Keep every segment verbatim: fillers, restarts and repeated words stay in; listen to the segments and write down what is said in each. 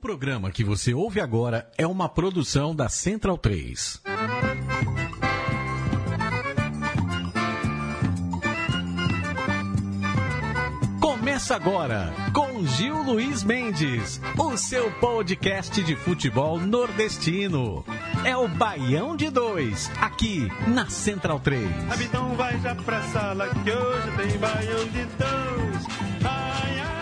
programa que você ouve agora é uma produção da Central três. Começa agora com Gil Luiz Mendes, o seu podcast de futebol nordestino. É o Baião de Dois, aqui na Central três. Então vai já pra sala que hoje tem Baião de Dois. Ai, ai, ai.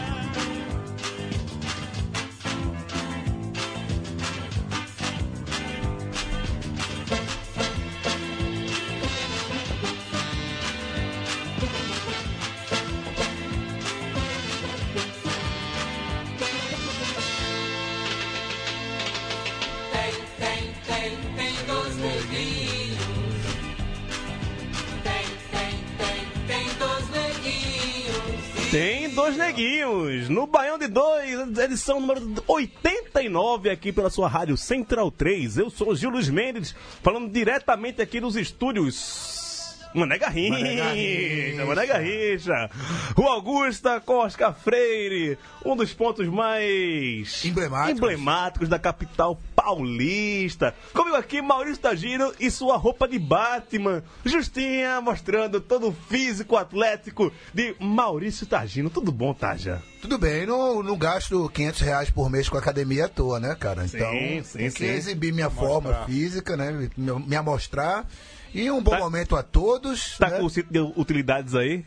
Tem dois neguinhos, no Baião de Dois, edição número oitenta e nove, aqui pela sua rádio Central três. Eu sou o Gil Luiz Mendes, falando diretamente aqui dos estúdios Mané Garrincha, Mané Garrincha, Rua Augusta, Cosca Freire, um dos pontos mais emblemáticos. emblemáticos da capital paulista. Comigo aqui, Maurício Tagino e sua roupa de Batman. Justinha mostrando todo o físico atlético de Maurício Tagino. Tudo bom, Taja? Tudo bem, não, não gasto quinhentos reais por mês com a academia à toa, né, cara? Então, sim, sim, tem que sim. exibir minha Mostrar. forma física, né? Me, me amostrar. E um bom Tá- momento a todos. Tá né? com o cinto de utilidades aí?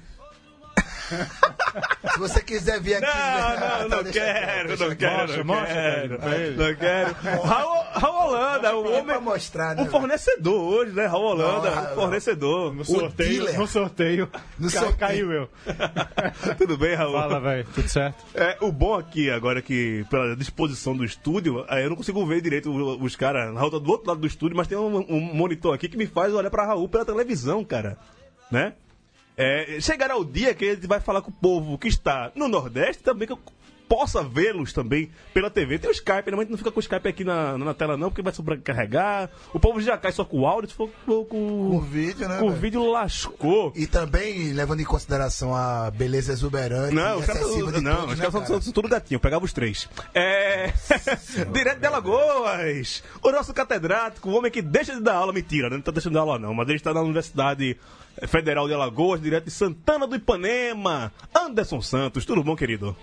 Se você quiser vir aqui... Não, não, não deixa quero, deixa não quero, Mostra, não mostra, quero, pra ele. não quero. Raul, Raul Holanda, o É homem, pra mostrar, né, o fornecedor hoje, né? Raul Holanda, Não, o fornecedor. No sorteio, dealer. no sorteio, No ca- sorteio. caiu eu. Tudo bem, Raul? Fala, velho, tudo certo? É, o bom aqui, agora que pela disposição do estúdio, aí eu não consigo ver direito os, os caras. Raul tá do outro lado do estúdio, mas tem um, um monitor aqui que me faz olhar pra Raul pela televisão, cara. Né? É, chegará o dia que a gente vai falar com o povo que está no Nordeste também, que eu possa vê-los também pela T V. Tem o Skype, né? Mas não fica com o Skype aqui na, na tela não, porque vai sobrecarregar. O povo já cai só com o áudio, se for com, com, Com o vídeo, né, com o velho? vídeo lascou. E também, levando em consideração a beleza exuberante Não, e os caras acessível são, de não, todos, os né, caras são, cara? são tudo gatinho, eu pegava os três. É. Direto de Alagoas, o nosso catedrático, o homem que deixa de dar aula, mentira, né? Não tá deixando de dar aula não, mas ele está na Universidade Federal de Alagoas, direto de Santana do Ipanema, Anderson Santos. Tudo bom, querido?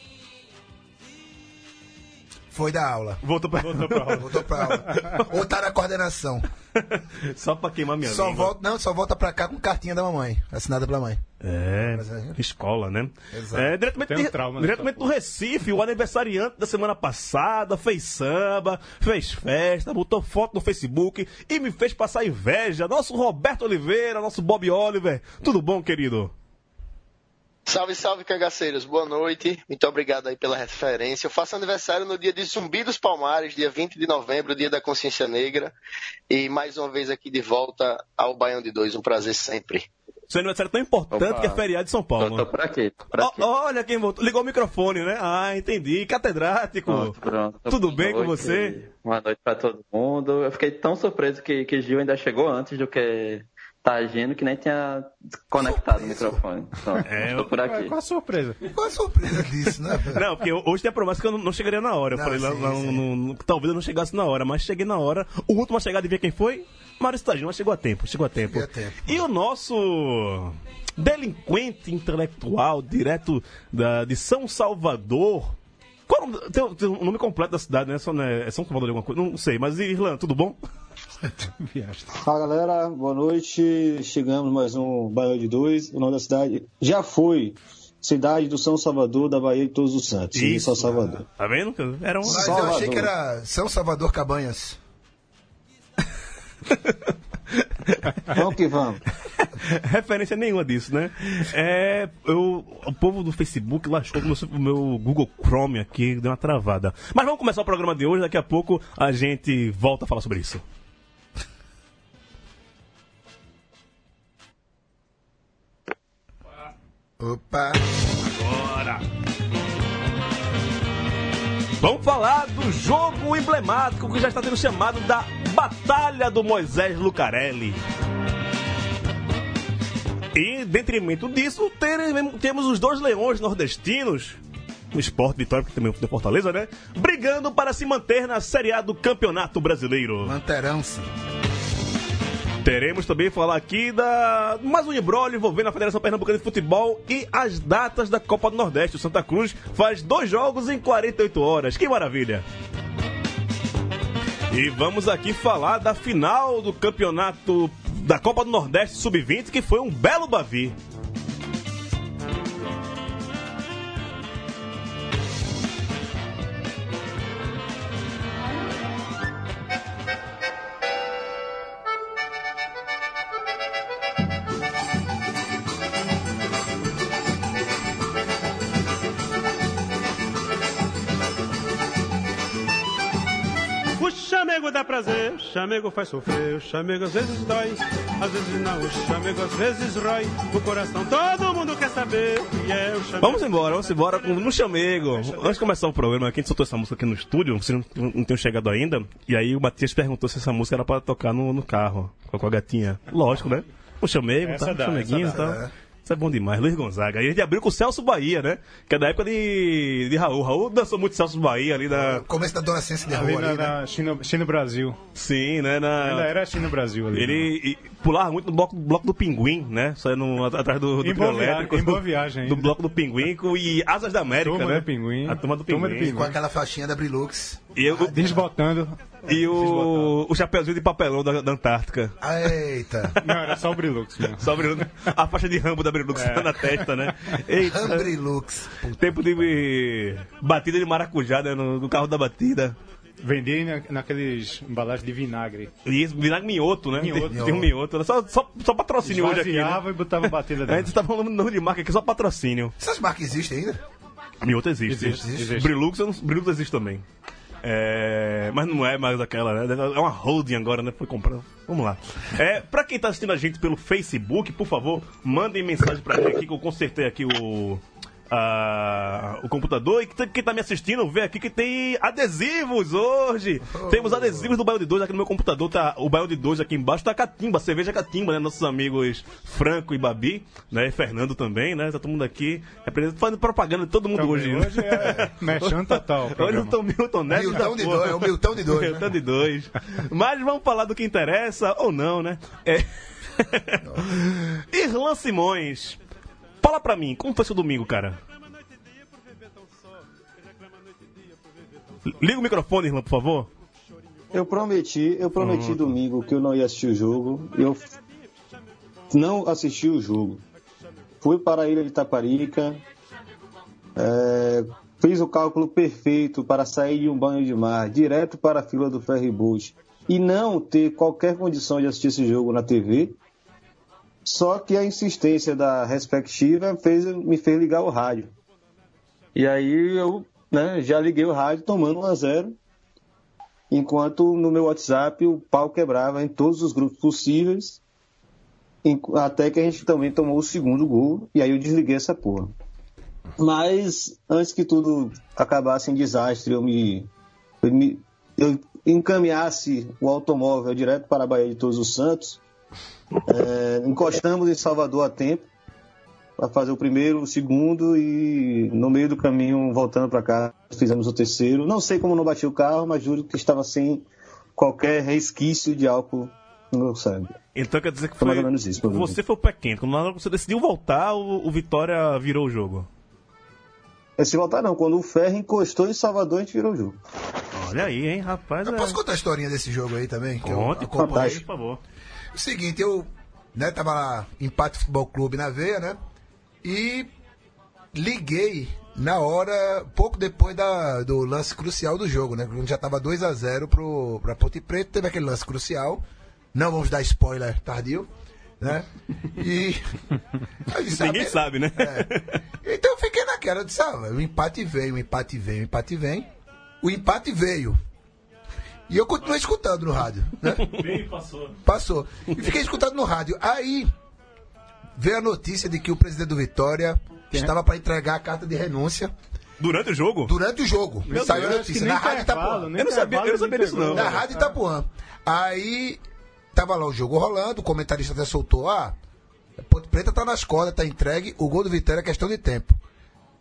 Foi da aula. Voltou pra, Voltou pra aula. Voltou pra aula. Ou tá na coordenação. Só pra queimar minha Só língua. volta, não, só volta pra cá com cartinha da mamãe, assinada pela mãe. É, escola, né? Exato. É, diretamente Tem um de- trauma diretamente nessa do Recife, o aniversariante da semana passada fez samba, fez festa, botou foto no Facebook e me fez passar inveja. Nosso Roberto Oliveira, nosso Bob Oliver. Tudo bom, querido? Salve, salve, cangaceiros. Boa noite. Muito obrigado aí pela referência. Eu faço aniversário no dia de Zumbi dos Palmares, dia vinte de novembro, dia da Consciência Negra. E mais uma vez aqui de volta ao Baião de Dois. Um prazer sempre. Seu aniversário é tão importante Opa. que é feriado de São Tô, Paulo. tô por aqui, tô por Ó, aqui. olha quem voltou. Ligou o microfone, né? Ah, entendi. Catedrático. Pronto, pronto. Tudo Boa bem com noite. você? Boa noite pra todo mundo. Eu fiquei tão surpreso que, que Gil ainda chegou antes do que Tagino, que nem tinha conectado o microfone. Pronto, É, tô por aqui. Qual a surpresa? Qual a surpresa disso, né, velho? Não, porque hoje tem a promessa que eu não, não chegaria na hora. Eu Não, falei lá, sim, lá sim. no- no- talvez eu não chegasse na hora, mas cheguei na hora. O último a chegar, adivinha quem foi? Maurício Tagino, mas chegou a tempo, chegou a tempo. Cheguei a tempo. E o nosso delinquente intelectual, direto da, de São Salvador. Qual o nome, tem, tem o nome completo da cidade, né? Só, né? É São Salvador de alguma coisa? Não sei, mas Irlan, tudo bom? Fala galera, boa noite. Chegamos mais um Baião de Dois. O nome da cidade já foi Cidade do São Salvador, da Bahia de Todos os Santos. em São Salvador. Tá vendo? Era um... Mas eu Salvador. achei que era São Salvador Cabanhas. Vamos que vamos. Referência nenhuma disso, né? É, eu, o povo do Facebook lascou o meu, o meu Google Chrome aqui, deu uma travada. Mas vamos começar o programa de hoje, daqui a pouco a gente volta a falar sobre isso. Opa! Agora! Vamos falar do jogo emblemático que já está sendo chamado da Batalha do Moisés Lucarelli. E, em detrimento disso, teremos- temos os dois leões nordestinos O Sport Vitória, que também é o Fortaleza, né? Brigando para se manter na Série A do Campeonato Brasileiro. Manterão-se. Teremos também falar aqui da mais um imbróglio envolvendo a Federação Pernambucana de Futebol e as datas da Copa do Nordeste. O Santa Cruz faz dois jogos em quarenta e oito horas. Que maravilha! E vamos aqui falar da final do campeonato da Copa do Nordeste sub vinte, que foi um belo Bavi. Chamego dá prazer, o chamego faz sofrer, o chamego às vezes dói, às vezes não, o chamego às vezes rói, o coração todo mundo quer saber e é o chamego. Vamos embora, vamos embora com, no chamego. Antes de começar o programa aqui, a gente soltou essa música aqui no estúdio, vocês não, não tinham chegado ainda, e aí o Matias perguntou se essa música era pra tocar no, no carro, com a gatinha. Lógico, né? O chamego, essa tá? dá, O chameguinho e tal. É. Isso é bom demais, Luiz Gonzaga. E a gente abriu com o Celso Bahia, né? Que é da época de, de Raul. Raul dançou muito Celso Bahia ali na... Começo da adolescência de Ali rua na, ali, né? na China, China Brasil. Sim, né? Na... Ainda era China Brasil ali. Ele e, pulava muito no bloco, bloco do Pinguim, né? Saindo atrás do, do Em boa trio via- elétrico. em boa viagem Do ainda. bloco do Pinguim com, e Asas da América, Turma né? do Pinguim. A turma do Turma Pinguim. do Pinguim. Com aquela faixinha da Brilux. E, eu, Desbotando. e o, o chapeuzinho de papelão da, da Antártica. Eita. Não, era só o Brilux mesmo. Só abrindo a faixa de Rambo da Brilux na testa, né? Eita, Brilux. tempo de batida de maracujá, né? No, no carro da batida. Vendi na, naqueles embalagens de vinagre. E isso, vinagre minhoto, né? Minhoto. Tem, tem um minhoto. Só, só, só patrocínio hoje aqui, né? Esvaziava e botava batida A gente dentro. tá falando nome de marca aqui, só patrocínio. Essas marcas existem ainda? Minhoto existe. Existe, existe. Brilux, eu não- Brilux existe também. É, mas não é mais aquela, né? É uma holding agora, né? Foi comprado. Vamos lá. É, pra quem tá assistindo a gente pelo Facebook, por favor, mandem mensagem pra gente aqui que eu consertei aqui o... a- o computador. E quem tá me assistindo, vê aqui que tem adesivos hoje. Temos adesivos do Baio de dois aqui no meu computador. Tá, o Baio de dois aqui embaixo tá Catimba, cerveja Catimba, né? Nossos amigos Franco e Babi, né? E Fernando também, né? Tá todo mundo aqui representando- fazendo propaganda de todo mundo Também, hoje. né? hoje é mexendo total. o Hoje eu programa. tô Milton Neves. Milton da de porra. dois, é o Milton de dois, né? Milton de dois. Mas vamos falar do que interessa, ou não, né? É... Irlan Simões. Fala pra mim, como foi seu domingo, cara? Liga o microfone, Irlan, por favor. Eu prometi, eu prometi Uhum. domingo que eu não ia assistir o jogo. Eu não assisti o jogo. Fui para a ilha de Taparica, é, fiz o cálculo perfeito para sair de um banho de mar direto para a fila do ferryboat e não ter qualquer condição de assistir esse jogo na T V. Só que a insistência da respectiva fez, me fez ligar o rádio. E aí eu, né, já liguei o rádio tomando um a zero. Enquanto no meu WhatsApp o pau quebrava em todos os grupos possíveis, em- até que a gente também tomou o segundo gol, e aí eu desliguei essa porra. Mas antes que tudo acabasse em desastre, eu me, eu me eu encaminhasse o automóvel direto para a Baía de Todos os Santos, é, encostamos em Salvador a tempo para fazer o primeiro, o segundo, e no meio do caminho, voltando para cá, fizemos o terceiro. Não sei como não bati o carro, mas juro que estava sem qualquer resquício de álcool no meu sangue. Então quer dizer que Foi foi. mais ou menos isso, pelo Você foi o pé quente. Quando na hora que você decidiu voltar, o, o Vitória virou o jogo. É, se voltar não, quando o ferro encostou em Salvador, a gente virou o jogo. Olha aí, hein, rapaz. Eu é... posso contar a historinha desse jogo aí também? Que Conte, eu conte, acompanhei. por favor. O seguinte, eu né, tava lá, Empate Futebol Clube na veia, né? E liguei na hora, pouco depois da, do lance crucial do jogo, né? Quando já tava dois a zero pro, pra Ponte Preta, teve aquele lance crucial. Não vamos dar spoiler tardio, né? E. eu disse, Ninguém ah, sabe, né? é. Então eu fiquei naquela, eu disse, ah, o empate veio, o empate veio, o empate vem. O empate veio. E eu continuei escutando no rádio, né? Bem, passou. Passou. E fiquei escutando no rádio. Aí veio a notícia de que o presidente do Vitória estava para entregar a carta de renúncia Durante o jogo? durante o jogo. Meu Saiu Deus, a notícia na Rádio Itapuã. Eu não sabia, eu não sabia disso, não. Na Rádio Itapuã. Aí tava lá o jogo rolando, o comentarista até soltou, ah, Ponte Preta tá nas cordas, tá entregue, o gol do Vitória é questão de tempo.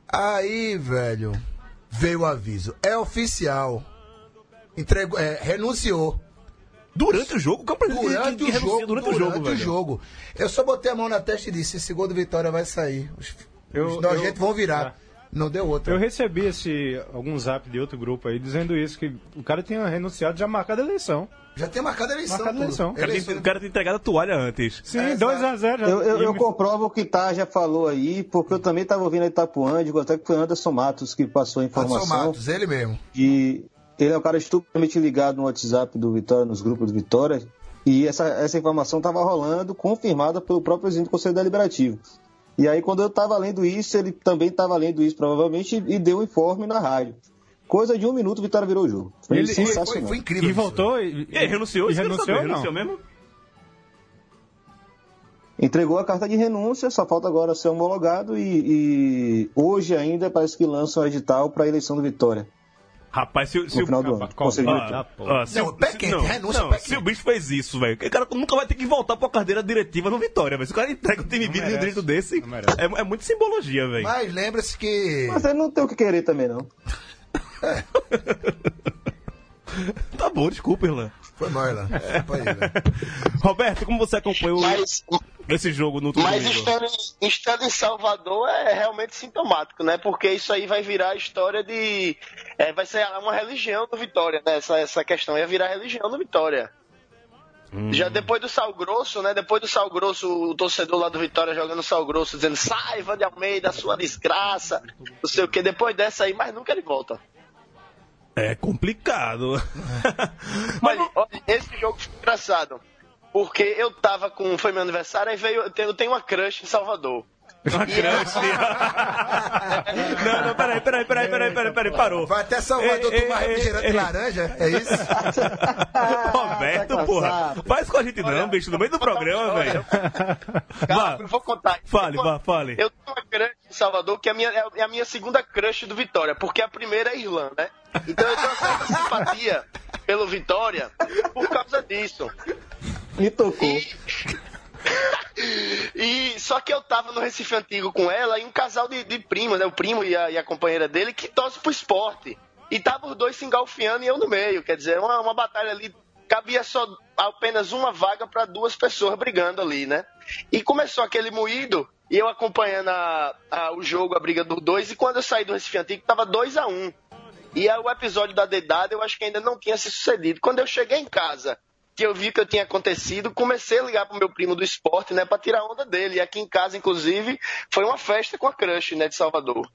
Aí, velho, veio o aviso. É oficial. Entregou, é, renunciou. Durante o jogo? O campo Durante o jogo, durante, durante o jogo, o velho. jogo. Eu só botei a mão na testa e disse, esse gol do Vitória vai sair. Os, Eu- os nojentos eu- vão virar. é. Não deu outra. Eu recebi esse, algum zap de outro grupo aí dizendo isso, que o cara tinha renunciado já marcado a eleição. Já tem marcado a eleição. Marcado a tudo. eleição. O cara, tem, Eleição- o cara tem entregado a toalha antes. Sim, É, dois a zero. já- Eu, eu, eu e- comprovo o que Tá já falou aí, porque eu também estava ouvindo a Itapuã, digo até que foi Anderson Matos que passou a Anderson informação. Matos, ele mesmo. E ele é um cara estupidamente ligado no WhatsApp do Vitória, nos grupos do Vitória, e essa, essa informação estava rolando, confirmada pelo próprio presidente do Conselho Deliberativo. E aí, quando eu estava lendo isso, ele também estava lendo isso, provavelmente, e deu um informe na rádio. Coisa de um minuto, o Vitória virou o jogo. Foi Ele- Foi, sensacional. foi, foi incrível. E isso. voltou e, E aí, renunciou? E Isso que eu não renunciou, sabia. não? Renunciou mesmo? Entregou a carta de renúncia, só falta agora ser homologado, e, e hoje ainda parece que lança um edital para a eleição do Vitória, Rapaz, se, se no o... final do ano. qual- Conselho Ah, Diretor. ah, se Não, o- pé se- quente, não, renúncia, não, pé se quente. o bicho fez isso, velho, o cara nunca vai ter que voltar pra cadeira diretiva no Vitória, velho. Se o cara entrega o time Não vindo de um merece, direito desse, não merece. é, é muito simbologia, velho. Mas lembra-se que... Mas ele não tem o que querer também, não. Tá bom, desculpa, Irlan. Foi mal, Irlan. Desculpa aí, velho. Roberto, como você acompanhou Mas, esse jogo no outro mas domingo? estando, em- estando em Salvador é realmente sintomático, né? Porque isso aí vai virar a história de... é, vai ser uma religião do Vitória, né? Essa, essa questão ia virar religião do Vitória. Já depois do Sal Grosso, né? Depois do Sal Grosso, o torcedor lá do Vitória jogando Sal Grosso, dizendo sai, Ivan de Almeida, sua desgraça, não sei o que. Depois dessa aí, mas nunca ele volta. É complicado. Mas Olha, olha, esse jogo foi engraçado. Porque eu tava com... Foi meu aniversário, aí veio... Eu tenho, eu tenho uma crush em Salvador. uma crush. Não, não, peraí, peraí, peraí, peraí, peraí, peraí, parou. Vai até Salvador Ei, tomar ei, refrigerante ei, de ei. laranja? É isso? Roberto, tá porra. cansado. Faz com a gente não, Olha, bicho, no meio do programa, olha, velho. Calma, Vá, eu vou contar. fale, Eu tenho vá, fale. Eu tenho uma crush em Salvador, que é a minha, é a minha segunda crush do Vitória, porque a primeira é Irlanda, né? Então eu tenho uma certa simpatia pelo Vitória por causa disso. Me tocou. E só que eu tava no Recife Antigo com ela e um casal de, de primos, né? O primo e a, e a companheira dele que torce pro esporte. E tava os dois se engalfiando e eu no meio. Quer dizer, uma, uma batalha ali. Cabia só apenas uma vaga para duas pessoas brigando ali, né? E começou aquele moído e eu acompanhando a, a, o jogo, a briga dos dois. E quando eu saí do Recife Antigo, tava dois a um. E aí, o episódio da dedada eu acho que ainda não tinha se sucedido. Quando eu cheguei em casa, que eu vi que eu tinha acontecido, comecei a ligar pro meu primo do esporte, né, pra tirar onda dele. E aqui em casa, inclusive, foi uma festa com a crush, né, de Salvador.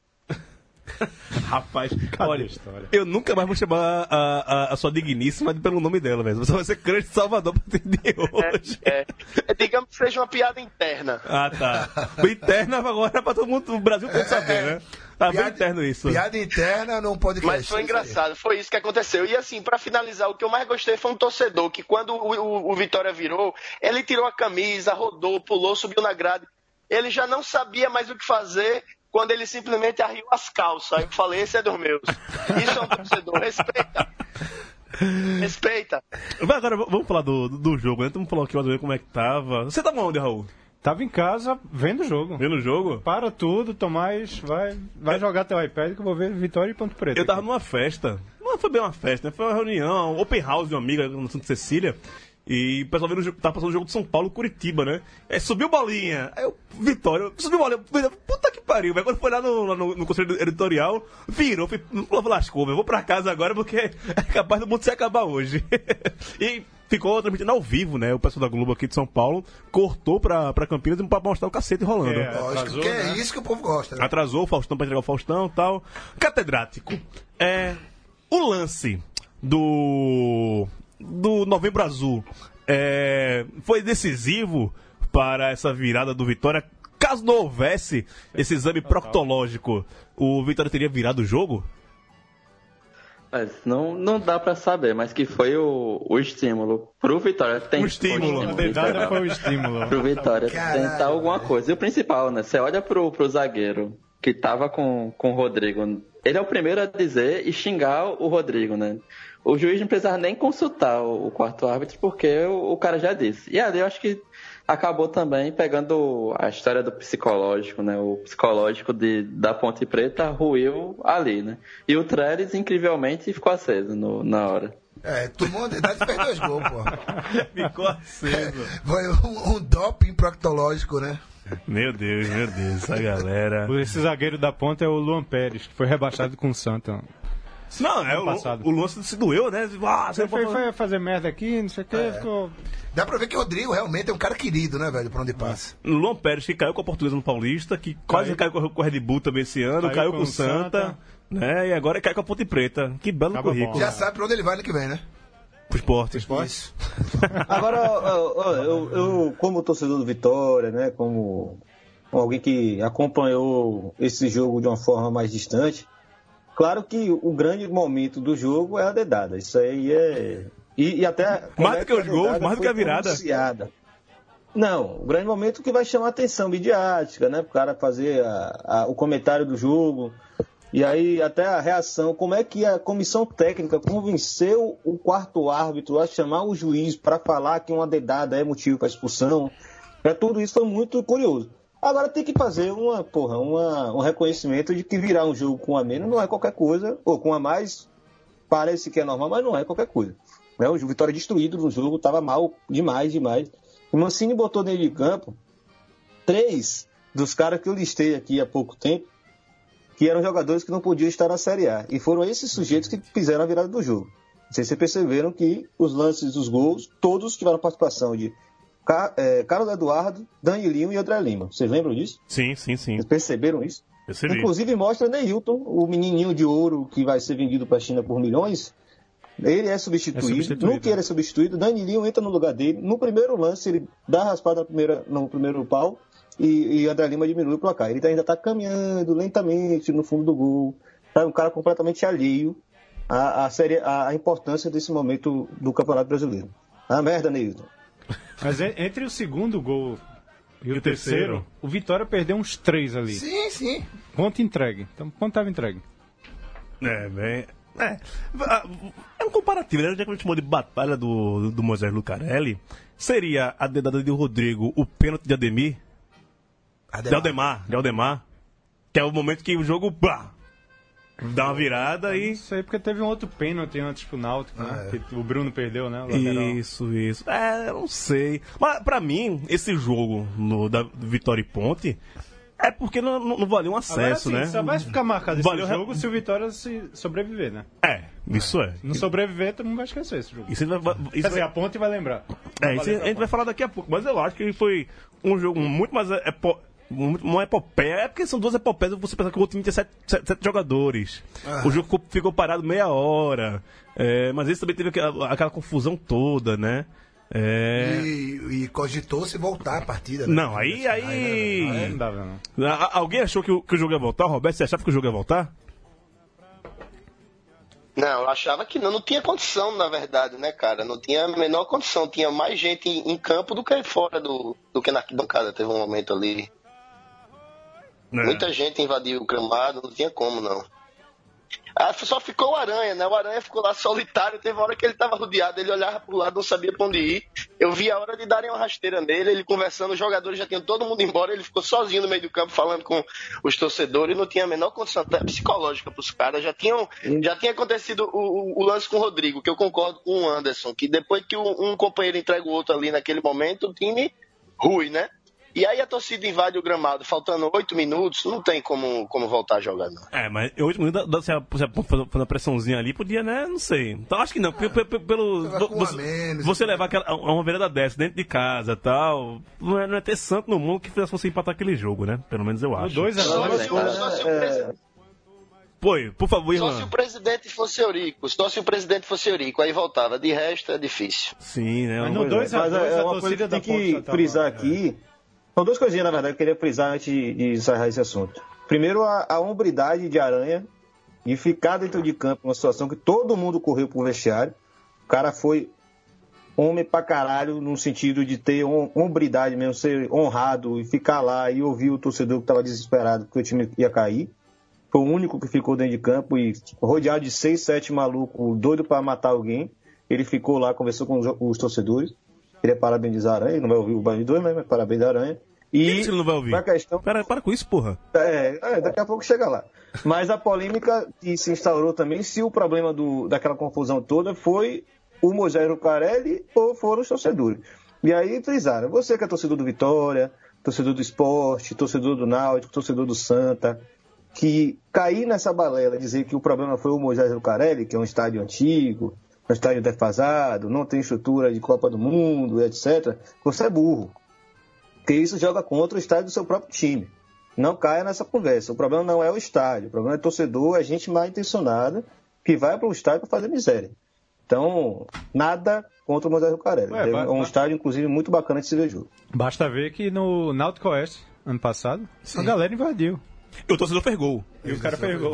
Rapaz, Cadê olha, a história? eu nunca mais vou chamar a, a, a sua digníssima pelo nome dela, velho. Você vai ser crush de Salvador pra ter de hoje. É, é, digamos que seja uma piada interna. Ah, tá. O interno agora pra todo mundo, o Brasil todo saber, né? Tá bem interno isso. Piada interna num podcast. Mas foi engraçado, foi isso que aconteceu. E assim, pra finalizar, o que eu mais gostei foi um torcedor que quando o, o, o Vitória virou, ele tirou a camisa, rodou, pulou, subiu na grade. Ele já não sabia mais o que fazer quando ele simplesmente arriou as calças. Aí eu falei, esse é dos meus. Isso é um torcedor, respeita. Respeita. Mas agora vamos falar do, do jogo, né? Vamos falar aqui mais ou menos como é que tava. Você tava onde, Raul? Tava em casa vendo o jogo. Vendo o jogo? Para tudo, Tomás, vai, vai jogar teu iPad que eu vou ver Vitória e Ponto Preto. Eu tava aqui. numa festa. Não foi bem uma festa, né? Foi uma reunião, um open house de uma amiga no Santa Cecília. E o pessoal vendo o jogo, tava passando o jogo de São Paulo e Curitiba, né? Aí subiu bolinha. Aí eu, Vitória, subiu bolinha. Puta que pariu, velho. Quando foi lá no, no, no conselho editorial, virou, fui, lascou, velho. Vou pra casa agora porque é capaz do mundo se acabar hoje. E ficou transmitindo ao vivo, né? O pessoal da Globo aqui de São Paulo cortou pra, pra Campinas pra mostrar o cacete rolando. É. Lógico, Atrasou, que é né? isso que o povo gosta, né? Atrasou o Faustão pra entregar o Faustão e tal. Catedrático. É, o lance do, do Novembro Azul é, foi decisivo para essa virada do Vitória. Caso não houvesse esse exame proctológico, o Vitória teria virado o jogo? Mas não, não dá pra saber, mas que foi o, o estímulo pro Vitória. Tem, Um estímulo. A Foi dedada pro foi o estímulo. Vitória Caralho. tentar alguma coisa. E o principal, né? Você olha pro, pro zagueiro que tava com, com o Rodrigo, ele é o primeiro a dizer e xingar o Rodrigo, né? O juiz não precisava nem consultar o, o quarto árbitro, porque o, o cara já disse. E ali eu acho que acabou também pegando a história do psicológico, né? O psicológico de, da Ponte Preta ruiu ali, né? E o Trellis, incrivelmente, ficou aceso no, na hora. É, tomou uma dedada e fez dois gols, pô. Ficou aceso. Foi um, um doping proctológico, né? Meu Deus, meu Deus, essa galera. Esse zagueiro da ponta é o Luan Pérez, que foi rebaixado com o Santa. Não, é o, passado. o Luan se doeu, né? Ah, você Ele foi, pode- foi fazer merda aqui, não sei o que, É. ficou... Dá pra ver que o Rodrigo realmente é um cara querido, né, velho, pra onde passa. O Luan Pérez, que caiu com a Portuguesa no Paulista, que quase caiu, com o Red Bull também esse ano, caiu, Caiu com com o Santa, Santa. né? E agora cai com a Ponte Preta. Que belo Acaba currículo. bom. Já sabe pra onde ele vai ano que vem, né? Pro esporte. Isso. Agora, ó, ó, eu, eu, como torcedor do Vitória, né, como alguém que acompanhou esse jogo de uma forma mais distante, claro que o grande momento do jogo é a dedada. Isso aí é... E, e até... Mais do que os a gols, dedada mais do que foi a virada. pronunciada. Não, o grande momento que vai chamar atenção midiática, né, pro cara fazer a- a- o comentário do jogo... E aí, até a reação, como é que a comissão técnica convenceu o quarto árbitro a chamar o juiz para falar que uma dedada é motivo para expulsão. É, tudo isso foi muito curioso. Agora tem que fazer uma, porra, uma, um reconhecimento de que virar um jogo com um a menos não é qualquer coisa, ou com um a mais parece que é normal, mas não é qualquer coisa. Né? O Vitória destruído no jogo, estava mal demais, demais. O Mancini botou dentro de campo três dos caras que eu listei aqui há pouco tempo, que eram jogadores que não podiam estar na Série A. E foram esses sujeitos que fizeram a virada do jogo. Não sei se vocês perceberam que os lances dos gols, todos tiveram participação de Ca- é, Carlos Eduardo, Danilinho e André Lima. Vocês lembram disso? Sim, sim, sim. Vocês perceberam isso? Percebi. Inclusive mostra Neilton, o menininho de ouro que vai ser vendido para a China por milhões. Ele é substituído. É substituído. No que ele é substituído, Danilinho entra no lugar dele. No primeiro lance, ele dá a raspada na primeira, no primeiro pau e, e André Lima diminui o placar. Ele ainda está caminhando lentamente no fundo do gol. É um cara completamente alheio à, à, série, à, à importância desse momento do Campeonato Brasileiro. Ah, merda, Neilton. Mas en- entre o segundo gol e o, E o terceiro, terceiro? o Vitória perdeu uns três ali. Sim, sim. Ponto entregue. Então, ponto estava entregue. É, bem. É, é um comparativo, né? Já que a gente chamou de batalha do, do Moisés Lucarelli, seria a dedada de Rodrigo o pênalti de Ademir? De Aldemar, de Aldemar. Que é o momento que o jogo pá, dá uma virada e. Não sei, porque teve um outro pênalti antes pro Náutico, né? Ah, é. Que o Bruno perdeu, né? O lateral. Isso, isso. É, eu não sei. Mas pra mim, esse jogo no, da Vitória e Ponte é porque não, não, não valeu um Agora acesso, sim, né? só vai ficar marcado esse Valeu- jogo se o Vitória se sobreviver, né? É, isso é. Não sobreviver, todo mundo vai esquecer esse jogo. Isso, vai- Quer isso dizer, vai- a ponte vai lembrar. É, Vai isso valer a pra gente vai ponte. falar daqui a pouco, mas eu acho que foi um jogo muito mais epo, muito, uma epopeia. É porque são duas epopeias, você pensa que o outro time tinha sete, sete, sete jogadores. Ah. O jogo ficou, ficou parado meia hora. É, mas esse também teve aquela, aquela confusão toda, né? É... E, e cogitou-se voltar a partida. Né? Não, aí- aí- não, não, Não dava, não. A- a- alguém achou que o, que o jogo ia voltar? Roberto, você achava que o jogo ia voltar? Não, eu achava que não, não tinha condição, na verdade, né, cara? Não tinha a menor condição. Tinha mais gente em, em campo do que fora do, do que na arquibancada. Teve um momento ali. É. Muita gente invadiu o gramado, não tinha como, não. Ah, só ficou o Aranha, né? O Aranha ficou lá solitário. Teve uma hora que ele tava rodeado, ele olhava pro lado, não sabia pra onde ir. Eu vi a hora de darem uma rasteira nele, ele conversando, os jogadores já tinham todo mundo embora, ele ficou sozinho no meio do campo falando com os torcedores, não tinha a menor condição até psicológica pros caras. Já, tinham, já tinha acontecido o, o, o lance com o Rodrigo, que eu concordo com o Anderson, que depois que um, um companheiro entrega o outro ali naquele momento, o time rui, né? E aí a torcida invade o gramado, faltando oito minutos, não tem como, como voltar a jogar, não. É, mas eu oito minutos, dá- se a- se a- fazer uma pressãozinha ali, podia, né? Não sei. Então acho que não. Pelo, pelo, pelo- Você vai com um a você, menos, você então. levar aquela, uma virada dessa dentro de casa e tal, não é, não é ter santo no mundo que fizesse você empatar aquele jogo, né? Pelo menos eu O acho. dois a Só dois, se, o- cara. só se o É, presi- Pô, por favor, só se Irlan. o presidente fosse Eurico, só se o presidente fosse Eurico, aí voltava. De resto é difícil. Sim, né? Mas uma no coisa- dois a Mas dois, é a uma coisa torcida que da tem Ponte que já tava- frisar aqui. São duas coisinhas, na verdade, que eu queria frisar antes de, de encerrar esse assunto. Primeiro, a, a hombridade de Aranha de ficar dentro de campo numa situação que todo mundo correu pro vestiário. O cara foi homem pra caralho, no sentido de ter hom- hombridade mesmo, ser honrado e ficar lá e ouvir o torcedor que tava desesperado porque o time ia cair. Foi o único que ficou dentro de campo e rodeado de seis, sete malucos, doido pra matar alguém. Ele ficou lá, conversou com os, os torcedores. Queria parabenizar a Aranha, não vai ouvir o Band dois, mas parabéns a Aranha. E Quem você não vai ouvir? a questão... Para, para com isso, porra. É, é, daqui a pouco chega lá. Mas a polêmica que se instaurou também, se o problema do, daquela confusão toda foi o Moisés Lucarelli ou foram os torcedores. E aí, Trizara, você que é torcedor do Vitória, torcedor do Sport, torcedor do Náutico, torcedor do Santa, que cair nessa balela, dizer que o problema foi o Moisés Lucarelli, que é um estádio antigo, um estádio defasado, não tem estrutura de Copa do Mundo, etcétera, você é burro. Porque isso joga contra o estádio do seu próprio time. Não caia nessa conversa. O problema não é o estádio, o problema é o torcedor, é gente mal intencionada que vai para o estádio para fazer miséria. Então, nada contra o Moisés Lucarelli. Ué, É ba- um ba- estádio, inclusive, muito bacana de se ver jogo. Basta ver que no Náutico Oeste, ano passado, a galera invadiu. E o torcedor fez gol. E o cara pegou.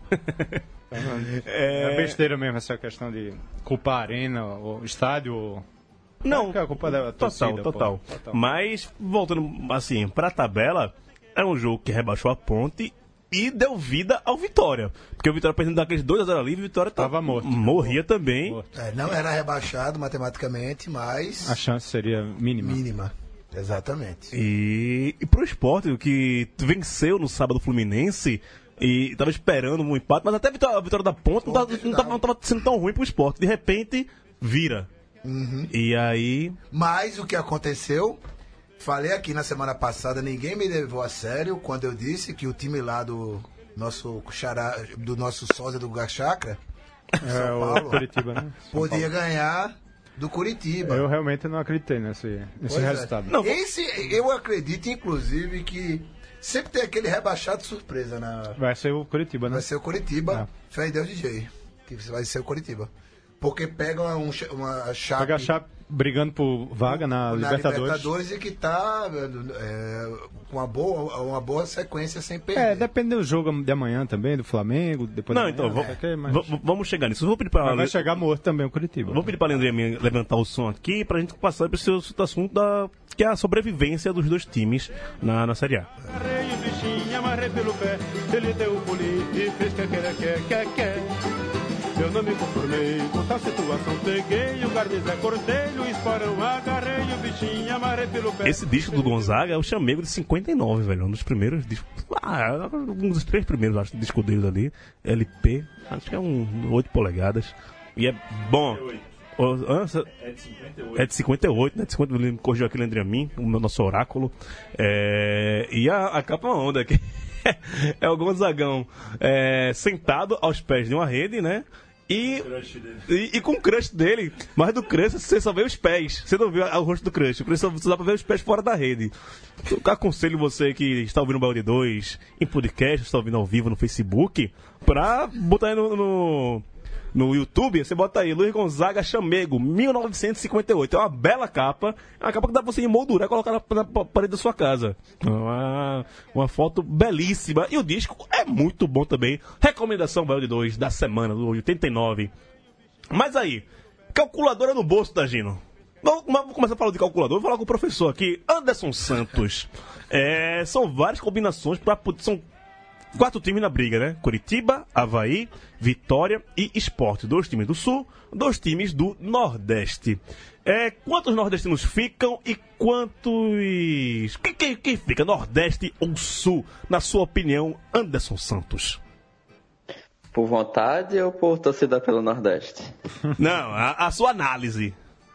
É... é besteira mesmo essa questão de culpar a arena, o estádio. Ou... Não, é a culpa da torcida, total, total, pô. Total. Mas, voltando assim, pra tabela, é um jogo que rebaixou a Ponte e deu vida ao Vitória. Porque o Vitória, por exemplo, daqueles dois a zero ali, o Vitória tá- Tava morto. morria também. Morto. É, não era rebaixado matematicamente, mas A chance seria mínima. mínima. Exatamente. E, e pro Sport, que venceu no sábado o Fluminense e tava esperando um empate, mas até a vitória, a vitória da Ponte não tava, não, tava, não tava sendo tão ruim pro Sport. De repente, vira. E aí. Mas o que aconteceu, falei aqui na semana passada, ninguém me levou a sério quando eu disse que o time lá do nosso xará, do nosso sósia do Gachacra, É São o Paulo, Curitiba, né? São podia ganhar do Curitiba. Eu realmente não acreditei nesse, nesse Pois é. resultado. Não, Esse, eu acredito, inclusive, que sempre tem aquele rebaixado surpresa na. Vai ser o Curitiba, né? Vai ser o Curitiba, É. fé em Deus D J. Que vai ser o Curitiba. Porque pega uma, um, uma chave. Pega a Chape brigando por vaga na, na Libertadores. Libertadores e que tá é, com uma boa, uma boa sequência sem perder. É, depende do jogo de amanhã também, do Flamengo. Depois Não, da então, manhã, vamos, ok, mas- v- vamos chegar nisso. Eu vou pedir pra. mas vai chegar morto também o Curitiba. Vou pedir pra Leandrinha minha levantar o som aqui pra gente passar para esse outro assunto da, que é a sobrevivência dos dois times na, na Série A. Agarrei o bichinho, amarrei pelo pé, ele deu o pulinho e fez que quer, quer, quer, quer. Eu não me conformei com tal situação, peguei o garnizé, cortei o esporão, agarrei o bichinho, amarrei pelo pé. Esse disco do Gonzaga é o Chamego de cinquenta e nove, velho. Um dos primeiros discos. Ah, um dos três primeiros, acho, discos deles ali. L P, acho que é um oito polegadas. E é bom. O- hã? É de cinquenta e oito. É de cinquenta e oito, né? De cinquenta, me corrigiu aqui, Leandrinha Mim, o meu- nosso oráculo. É, e a, a capa é uma onda aqui. É o Gonzagão é, sentado aos pés de uma rede, né? E, e, e com o crush dele, mas do crush você só vê os pés. Você não vê o rosto do crush. O crush só, só dá pra ver os pés fora da rede. Eu aconselho você que está ouvindo o Balde dois em podcast, está ouvindo ao vivo no Facebook, pra botar aí no, no, no YouTube. Você bota aí Luiz Gonzaga Chamego, mil novecentos e cinquenta e oito. É uma bela capa. É uma capa que dá pra você emoldurar e colocar na, na parede da sua casa. Uma, uma foto belíssima. E o disco é muito bom também. Recomendação Balde dois da semana, do oitenta e nove. Mas aí, calculadora no bolso, Tagino. Vamos, vamos começar a falar de calculador. Vou falar com o professor aqui, Anderson Santos. É, são várias combinações para são quatro times na briga, né? Curitiba, Avaí, Vitória e Sport. Dois times do Sul, dois times do Nordeste. É, quantos nordestinos ficam e quantos... Quem, quem, quem fica, Nordeste ou Sul? Na sua opinião, Anderson Santos. Por vontade ou por torcida pelo Nordeste? Não, a, a sua análise.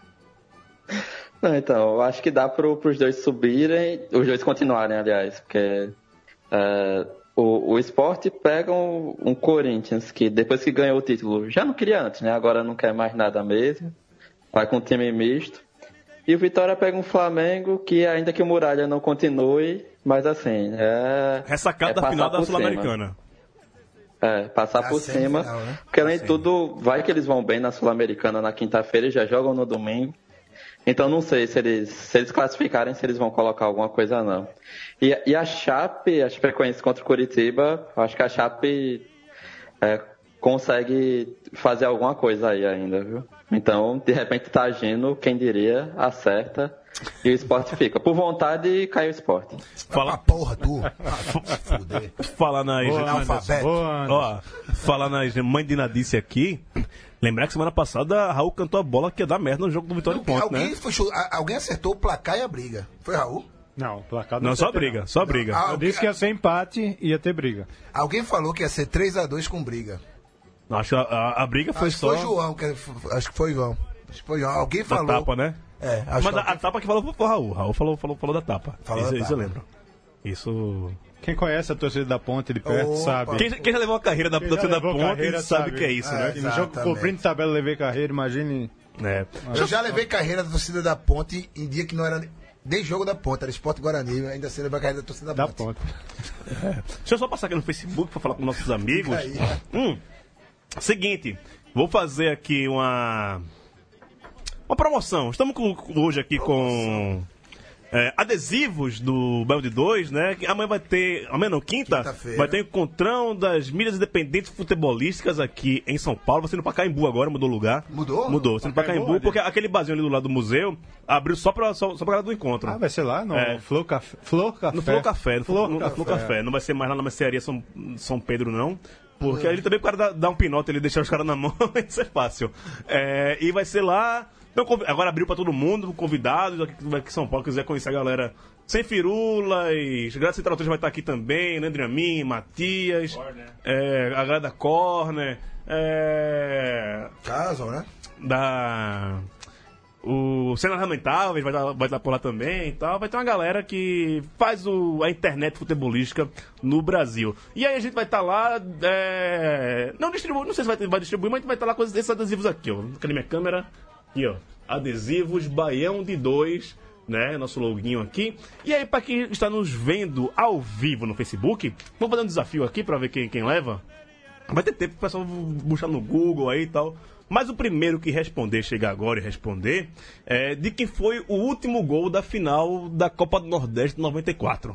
Não, então, eu acho que dá para os dois subirem, os dois continuarem, aliás, porque é, o, o Sport pega um, um Corinthians que depois que ganhou o título já não queria antes, né? Agora não quer mais nada mesmo, vai com um time misto. E o Vitória pega um Flamengo que ainda que o Muralha não continue, mas assim, é... Ressacado é da passar final da por Sul-Americana. É, passar Na por cima, semifinal, né? porque além de tudo, vai que eles vão bem na Sul-Americana na quinta-feira e já jogam no domingo. Então não sei se eles, se eles classificarem, se eles vão colocar alguma coisa não. E, e a Chape, a Chapecoense contra o Curitiba, eu acho que a Chape é, consegue fazer alguma coisa aí ainda, viu? Então, de repente tá agindo, quem diria, acerta e o esporte fica. Por vontade, cai o esporte. Fala porra, tu. Fuder. Falar nas... Boa, analfabeto. Ó, falar nas mãe de Nadice aqui... Lembrar que semana passada Raul cantou a bola que ia dar merda no jogo do Vitória e Ponte, alguém, né? foi, alguém acertou o placar e a briga. Foi Raul? Não, o placar não, só briga, não. só briga. Eu disse que ia ser empate e ia ter briga. Alguém falou que ia ser três a dois com briga. Não, acho que a, a, a briga foi acho só... Foi João, que, acho que foi João. Acho que foi João. Alguém falou... Da tapa, né? É, acho Mas que a, a tapa que falou foi o Raul. Raul falou, falou, falou da tapa. Falou isso, da isso tapa. eu lembro. Isso... Quem conhece a torcida da Ponte de perto Opa. sabe. Quem, quem já levou a carreira da torcida da Ponte carreira, sabe sabe que é isso, É, né? E no jogo Exatamente. por de tabela levei carreira, imagine. É. Eu já levei carreira da torcida da Ponte em dia que não era nem jogo da Ponte, era Esporte Guarani, ainda sei levar a carreira da torcida da, Da Ponte. Ponte. É. Deixa eu só passar aqui no Facebook pra falar com nossos amigos. Aí. Hum, seguinte, vou fazer aqui uma uma promoção. Estamos com, hoje aqui com é, adesivos do Baião de dois, né? Que amanhã vai ter, amanhã não, quinta, Quinta-feira. vai ter encontrão das mídias independentes futebolísticas aqui em São Paulo. Vai ser no Pacaembu agora, mudou lugar. Mudou? Mudou, vai ser no Pacaembu, Pacaembu, onde? porque aquele barzinho ali do lado do museu abriu só pra, só, só pra galera do encontro. Ah, vai ser lá no É. Flor Café. Flor Café. No Flow Café, no Flow, Flor no Flow Café. Café. Não vai ser mais lá na mercearia São, São Pedro, não. Porque ali também o cara dá, dá um pinote, ele deixar os caras na mão, isso é fácil. É, e vai ser lá. Então, conv- agora abriu pra todo mundo, convidados aqui aqui em São Paulo, quiser conhecer a galera sem firulas. Graças a Deus vai estar aqui também, Leandro Amin, Matias, é, a galera da Corner, é, Caso, né? da. O Cenas Lamentáveis vai estar vai estar por lá também e tal. Vai ter uma galera que faz o, a internet futebolística no Brasil. E aí a gente vai estar lá. É... Não distribui, não sei se vai, ter- vai distribuir, mas a gente vai estar lá com esses adesivos aqui, ó. Cadê minha câmera? Aqui, ó. Adesivos Baião de dois, né? Nosso loguinho aqui. E aí, pra quem está nos vendo ao vivo no Facebook, vamos fazer um desafio aqui pra ver quem, quem leva. Vai ter tempo pro pessoal buscar no Google aí e tal. Mas o primeiro que responder, chegar agora e responder, é de quem foi o último gol da final da Copa do Nordeste de noventa e quatro.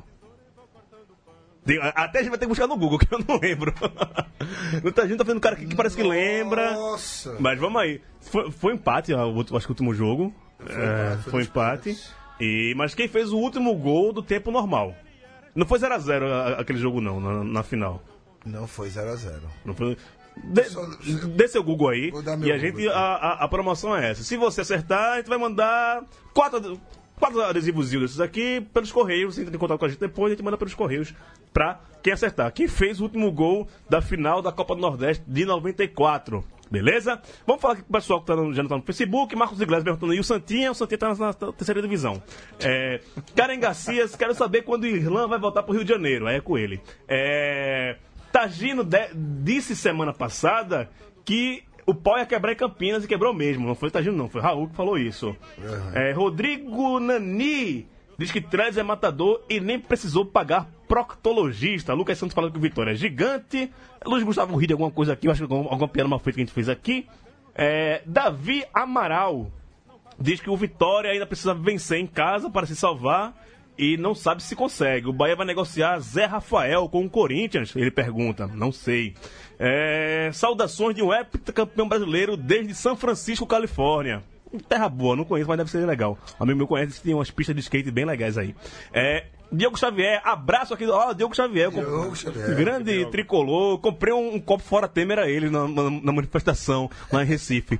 De- Até a gente vai ter que buscar no Google, que eu não lembro. Muita gente tá vendo um cara aqui que parece que lembra. Nossa. Mas vamos aí. Foi, foi empate, ó, o outro- acho que o último jogo. É, empate, foi foi nos empate. pênaltis. E, mas quem fez o último gol do tempo normal? Não foi zero a zero a- aquele jogo, não, na, na final. Não foi zero a zero. Não foi... Dê, Só- dê seu Google aí. Vou dar meu E a Google gente. aqui. A, a, a promoção é essa. Se você acertar, a gente vai mandar quatro, quatro adesivos desses aqui pelos correios. Você entra em contato com a gente depois, a gente manda pelos correios pra quem acertar. Quem fez o último gol da final da Copa do Nordeste de noventa e quatro. Beleza? Vamos falar aqui com o pessoal que tá no, já não tá no Facebook. Marcos Iglesias perguntando aí o Santinha. O Santinha tá na, na terceira divisão. É, Karen Garcias, quero saber quando o Irlan vai voltar pro Rio de Janeiro. Aí é com ele. É. Tagino de- disse semana passada que o pau ia quebrar em Campinas e quebrou mesmo. Não foi Tagino, não. Foi Raul que falou isso. É, Rodrigo Nani diz que Trez é matador e nem precisou pagar proctologista. Lucas Santos falando que o Vitória é gigante. Luiz Gustavo ri de alguma coisa aqui. Eu acho que alguma, alguma piada mal feita que a gente fez aqui. É, Davi Amaral diz que o Vitória ainda precisa vencer em casa para se salvar e não sabe se consegue. O Bahia vai negociar Zé Rafael com o Corinthians? Ele pergunta. Não sei. É, saudações de um heptacampeão brasileiro desde São Francisco, Califórnia. Terra boa, não conheço, mas deve ser legal. Um amigo meu conhece que tem umas pistas de skate bem legais aí. É, Diogo Xavier, abraço aqui. Ó, Diogo Xavier. Diogo Xavier. Grande tricolor. Comprei um, um copo fora Temer a ele na, na, na manifestação lá em Recife.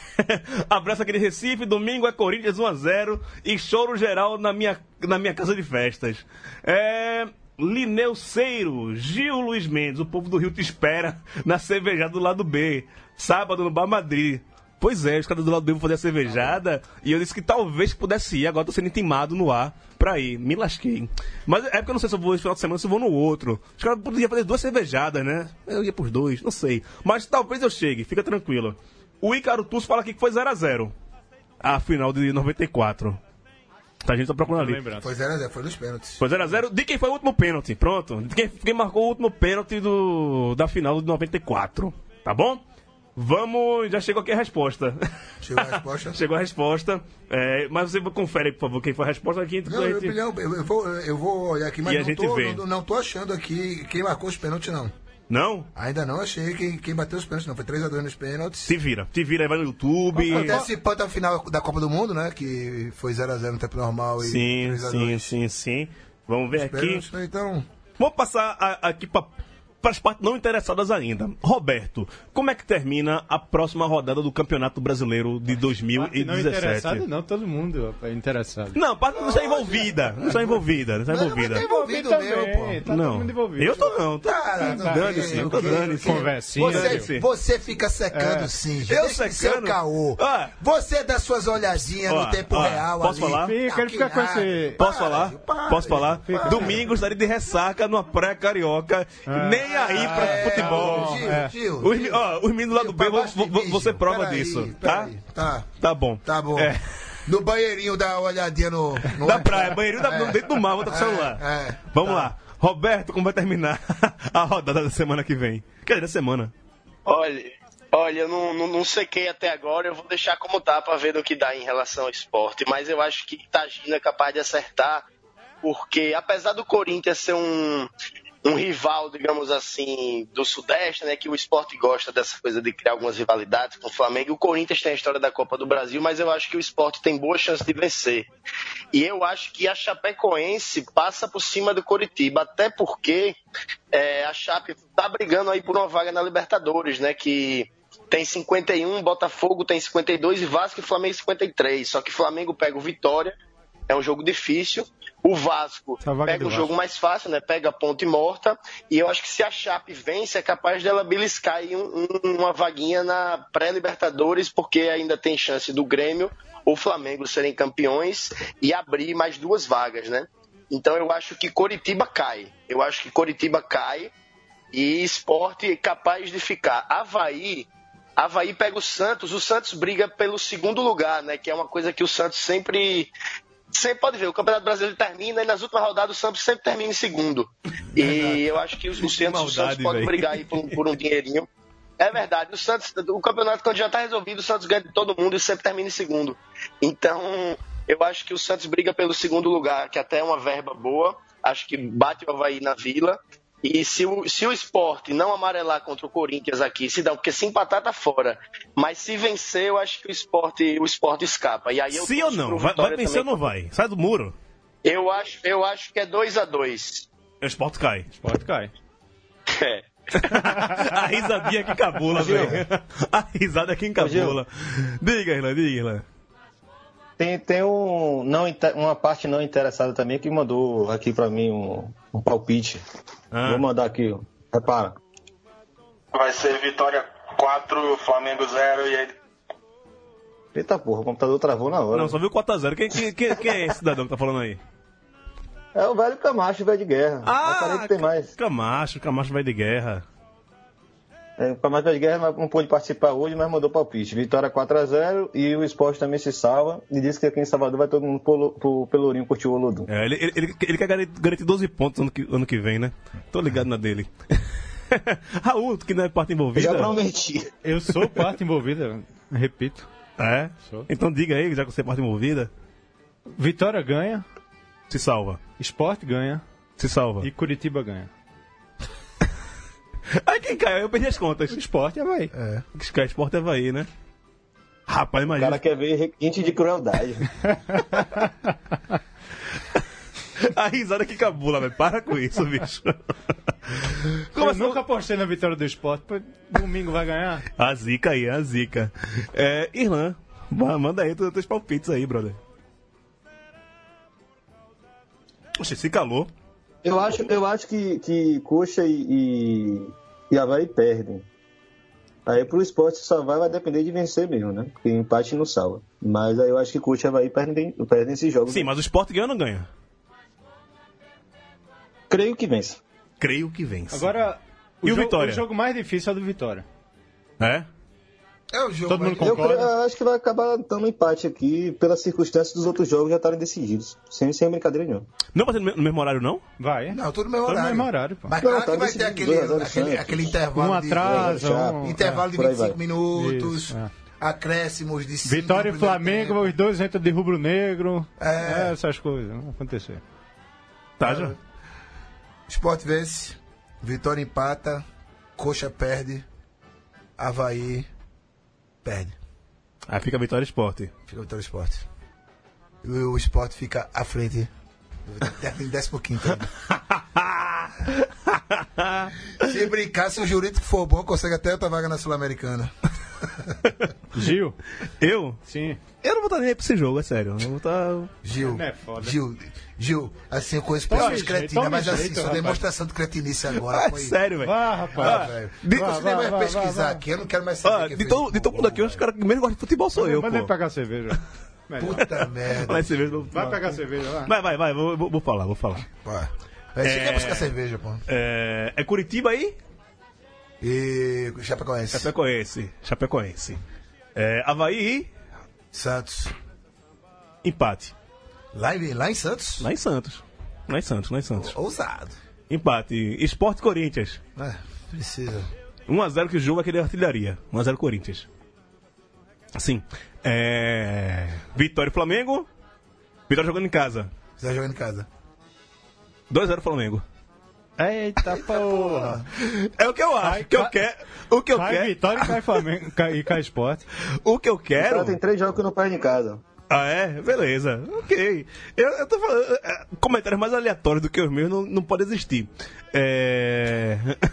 Abraço aqui de Recife. Domingo é Corinthians um a zero e choro geral na minha, na minha casa de festas. É... Lineu Ceiro, Gil Luiz Mendes, o povo do Rio te espera na cervejada do lado B. Sábado no Bar Madrid. Pois é, os caras do lado B vão fazer a cervejada e eu disse que talvez pudesse ir. Agora tô sendo intimado no ar pra ir. Me lasquei. Mas é porque eu não sei se eu vou esse final de semana, se eu vou no outro. Os caras poderiam fazer duas cervejadas, né? Eu ia pros dois, não sei. Mas talvez eu chegue, fica tranquilo. O Ícaro Tusso fala aqui que foi zero a zero a final de noventa e quatro. Tá, a gente tá procurando ali. Lembrança. Foi zero a zero, foi nos pênaltis. Foi zero a zero. De quem foi o último pênalti? Pronto. De quem, quem marcou o último pênalti do, da final de noventa e quatro. Tá bom? Vamos. Já chegou aqui a resposta. Chegou a resposta? Chegou a resposta. É, mas você confere, por favor, quem foi a resposta aqui. Não, eu, eu, eu, eu vou, eu vou olhar aqui, mas E a não, gente tô, vê. não, não tô achando aqui quem marcou os pênaltis, não. Não? Ainda não, achei que quem bateu os pênaltis não. Foi três a dois nos pênaltis. Se vira. Se vira aí, vai no YouTube. Antecipando a final da Copa do Mundo, né? Que foi zero a zero no tempo normal e Sim, três a sim, dois. sim, sim. Vamos ver Os aqui. pênaltis, então... Vamos passar a- aqui para as partes não interessadas ainda. Roberto, como é que termina a próxima rodada do Campeonato Brasileiro de dois mil e Não dezessete? interessado, não, todo mundo é interessado. Não, parte não está envolvida. Não está envolvida, não está Não, mas envolvida. tá envolvido Também, mesmo, pô. tá todo Não, mundo envolvido. eu tô não. Tô... Cara, não, Dane-se, que- eu tô que- dane-se. Conversinha. Você, Dane-se. você fica secando É. sim, Eu gente. Deixa de ser secando? o caô. Ah. Você dá suas olhadinhas Ó, no tempo ó, real posso ali. falar? Fica, ele fica com Aqui nada. esse- Posso Para, falar? para, Posso falar? para. Domingo estarei de ressaca numa praia carioca, nem aí pra É, futebol. Gil, É. Gil, Os, Gil. mi- ó, os meninos lá do Gil, B, pra vo- baixo de vo- mim, você Gil. prova Peraí, disso, peraí. tá? Tá, Tá bom. tá bom. É. No banheirinho dá uma olhadinha no... no... Da praia, banheirinho da, É. dentro do mar, bota o celular. é, Vamos tá. lá. Roberto, como vai terminar a rodada da semana que vem? Quer dizer, da semana. Olha, olha, eu não, não, não sequei até agora, eu vou deixar como tá pra ver no que dá em relação ao esporte, mas eu acho que Itagina é capaz de acertar, porque apesar do Corinthians ser um, um rival, digamos assim, do Sudeste, né, que o esporte gosta dessa coisa de criar algumas rivalidades com o Flamengo, e o Corinthians tem a história da Copa do Brasil, mas eu acho que o esporte tem boa chance de vencer. E eu acho que a Chapecoense passa por cima do Coritiba, até porque é, a Chape tá brigando aí por uma vaga na Libertadores, né, que tem cinquenta e um, Botafogo tem cinquenta e dois e Vasco e Flamengo cinquenta e três. Só que Flamengo pega o Vitória, é um jogo difícil. O Vasco Essa vaga pega do o jogo Vasco. mais fácil, né? Pega a Ponte Morta. E eu acho que se a Chape vence, é capaz dela beliscar aí um- um- uma vaguinha na pré-Libertadores, porque ainda tem chance do Grêmio ou Flamengo serem campeões e abrir mais duas vagas, né? Então eu acho que Coritiba cai. Eu acho que Coritiba cai e Sport é capaz de ficar. Avaí, Avaí pega o Santos. O Santos briga pelo segundo lugar, né? Que é uma coisa que o Santos sempre... Sempre pode ver, o Campeonato Brasileiro termina e nas últimas rodadas o Santos sempre termina em segundo. E eu acho que o, o Santos, o Santos maldade, pode véi. brigar aí por, por um dinheirinho. É verdade, o Santos, o campeonato quando já está resolvido, o Santos ganha de todo mundo e sempre termina em segundo. Então, eu acho que o Santos briga pelo segundo lugar, que até é uma verba boa. Acho que bate o Avaí na Vila. E se o, se o Sport não amarelar contra o Corinthians aqui, se dá, porque se empatar tá fora. Mas se vencer, eu acho que o Sport, o Sport escapa. E aí eu Sim ou torço não? pro Vai, vai Vitória vencer ou também. não vai? Sai do muro. Eu acho, eu acho que é dois a dois. O esporte cai. Pode cair. É. A risadinha que cabula, Gil. velho. A risada que encabula. Diga, Irlan, diga, Irlan. Tem, tem um, não, inte- uma parte não interessada também que mandou aqui pra mim um, um palpite. Ah. Vou mandar aqui, ó. Repara. Vai ser Vitória quatro, Flamengo zero e aí. Eita porra, o computador travou na hora. Não, só viu quatro a zero. Quem, quem, quem, quem é esse cidadão que tá falando aí? É o velho Camacho, velho de guerra. Ah, Não parei que tem mais. Camacho, Camacho vai de guerra. É, o Camacho velho de guerra não pôde participar hoje, mas mandou palpite. Vitória quatro a zero e o Sport também se salva. E disse que aqui em Salvador vai todo mundo pro, pro Pelourinho curtir o Olodum. É, ele, ele, ele, ele quer garantir garantir doze pontos ano que, ano que vem, né? Tô ligado na dele. Raul, tu que não é parte envolvida. Já prometi. Eu sou parte envolvida, repito. É? Sou. Então diga aí, já que você é parte envolvida. Vitória ganha, Se salva. Sport ganha Se salva. e Curitiba ganha. Aí quem cai? Eu perdi as contas. Sport é vai. É. Quem cai esporte é Havaí, né? Rapaz, O imagina. cara quer ver requinte de crueldade. A risada que cabula, velho. Para com isso, bicho. Como Eu assim? nunca apostei na vitória do Sport. Pô, domingo vai ganhar. A zica aí, a zica. É, Irlan, ma- manda aí os teus palpites aí, brother. Oxe, se calou. Eu acho, eu acho que, que Coxa e, e, e Avaí perdem. Aí pro Sport só vai, vai depender de vencer mesmo, né? Porque empate não salva. Mas aí eu acho que Coxa e Avaí perdem, perdem esses jogos. Sim, mas o Sport ganha ou não ganha? Creio que vence. Creio que vence. Agora, o, E o jogo, Vitória? o jogo mais difícil é o do Vitória. É? É o jogo. Todo mundo mas- Eu, Concorda? creio- eu acho que vai acabar dando empate aqui pelas circunstâncias dos outros jogos já estarem decididos. Sem, sem brincadeira nenhuma. Não vai ser no me- no mesmo horário, não? Vai. Não, tudo no mesmo Todo no horário. mesmo horário, pô. Mas Não, claro tá que vai ter decidido, aquele, dois a zero aquele, Santos. aquele intervalo Um de... atraso, Chape. um... Intervalo de Por aí vinte e cinco vai. minutos, Isso, é. acréscimos de cinco Vitória e no primeiro Flamengo, tempo. os dois entram de rubro-negro. É. É, essas coisas vão acontecer. Tá, já? Sport vence, Vitória empata Coxa perde. Avaí perde. Aí fica a Vitória Esporte. Fica a Vitória Esporte. E o Esporte fica à frente. Em décimo quinto. Se brincar, se o jurídico for bom, consegue até outra vaga na Sul-Americana. Gil? Eu? Sim. Eu não vou estar nem aí pra esse jogo, é sério. Eu vou estar... Gil, É foda. Gil, Gil, assim, eu conheço Tome pessoas jeito, cretinas, tome mas assim, jeito, sua rapaz. demonstração de cretinice agora Ah, foi... sério, velho. Vá, rapaz. Ah, velho. de- Você Vá, nem vá, vai vá, pesquisar vá, aqui, eu não quero mais saber Ah, quem de, fez todo, isso. de todo mundo aqui, os caras que menos gostam de futebol sou eu, Vai pô. nem pegar cerveja. Melhor. Puta merda. Vai, cerveja, Vai pegar cerveja lá. vai, vai, vai, vou, vou, vou falar, vou falar. Pá. Aí você quer buscar cerveja, pô. É, é Curitiba aí? E Chapecoense. Chapecoense. Chapecoense. É, Avaí, Santos. empate. Lá em, lá em Santos? Lá em Santos. Lá em Santos, lá em Santos. Ousado. Empate. Esporte Corinthians. É, precisa. um a zero que o jogo vai querer artilharia. um a zero Corinthians. Sim. É... Vitória e Flamengo. Vitória jogando em casa. Você tá jogando em casa. dois a zero Flamengo. Eita porra. É o que eu acho. Vai, O que eu vai- quero. O que eu Cai quero. Vitória e cai Flamengo cai- e cai Sport. O que eu O cara quero. tem três jogos que não perde em casa. Ah, é? Beleza. Ok. Eu, eu tô falando. é, Comentários mais aleatórios do que os meus não, não pode existir. É.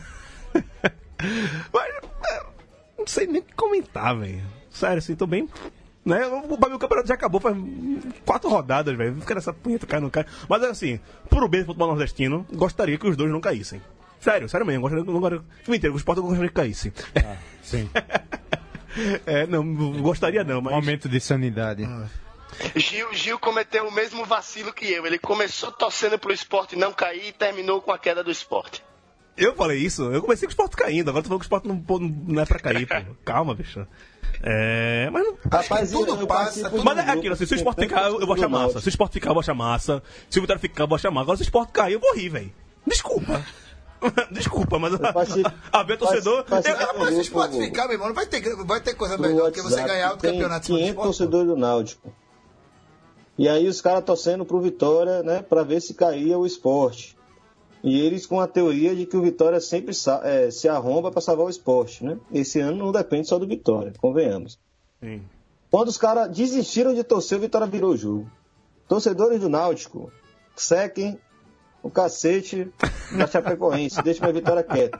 Mas. é, Não sei nem o que comentar, velho. Sério, assim, tô bem. Né? O meu campeonato já acabou faz quatro rodadas, velho. Fica nessa punheta, cai, não cai. Mas assim, pro bem do futebol nordestino, gostaria que os dois não caíssem. Sério, sério mesmo. Gostaria, não gostaria, o inteiro, o esporte eu gostaria que caísse. Ah, sim. É, não, gostaria não, mas. Momento de sanidade. Gil, Gil cometeu o mesmo vacilo que eu. Ele começou torcendo pro esporte não cair e terminou com a queda do esporte. Eu falei isso? Eu comecei com o esporte caindo, agora tô falando que o esporte não, pô, não é pra cair, pô. Calma, bicho. É. Mas não. Rapaz, tudo eu- eu passa, participo tudo- de Mas um é aquilo, grupo assim, se o que esporte tem ficar, eu, eu vou achar tanto massa. Náutico. Se o esporte ficar, eu vou achar massa. Se o Vitória ficar, eu vou achar massa. Agora se o esporte cair, eu vou rir, velho. Desculpa. Desculpa, mas a, participo- a, a ver torcedor. participo- eu- Ah, mas se o esporte Pô, pô, ficar, meu irmão, não vai ter, vai ter coisa No melhor do que você WhatsApp ganhar o tem campeonato em cima do quinhentos esporte. torcedores do Náutico. E aí os caras torcendo pro Vitória, né, pra ver se caía o esporte. E eles com a teoria de que o Vitória sempre sa- é, se arromba pra salvar o esporte, né? Esse ano não depende só do Vitória, convenhamos. Sim. Quando os caras desistiram de torcer, o Vitória virou o jogo. Torcedores do Náutico, sequem o cacete da Chapecoense, deixa minha Vitória quieta.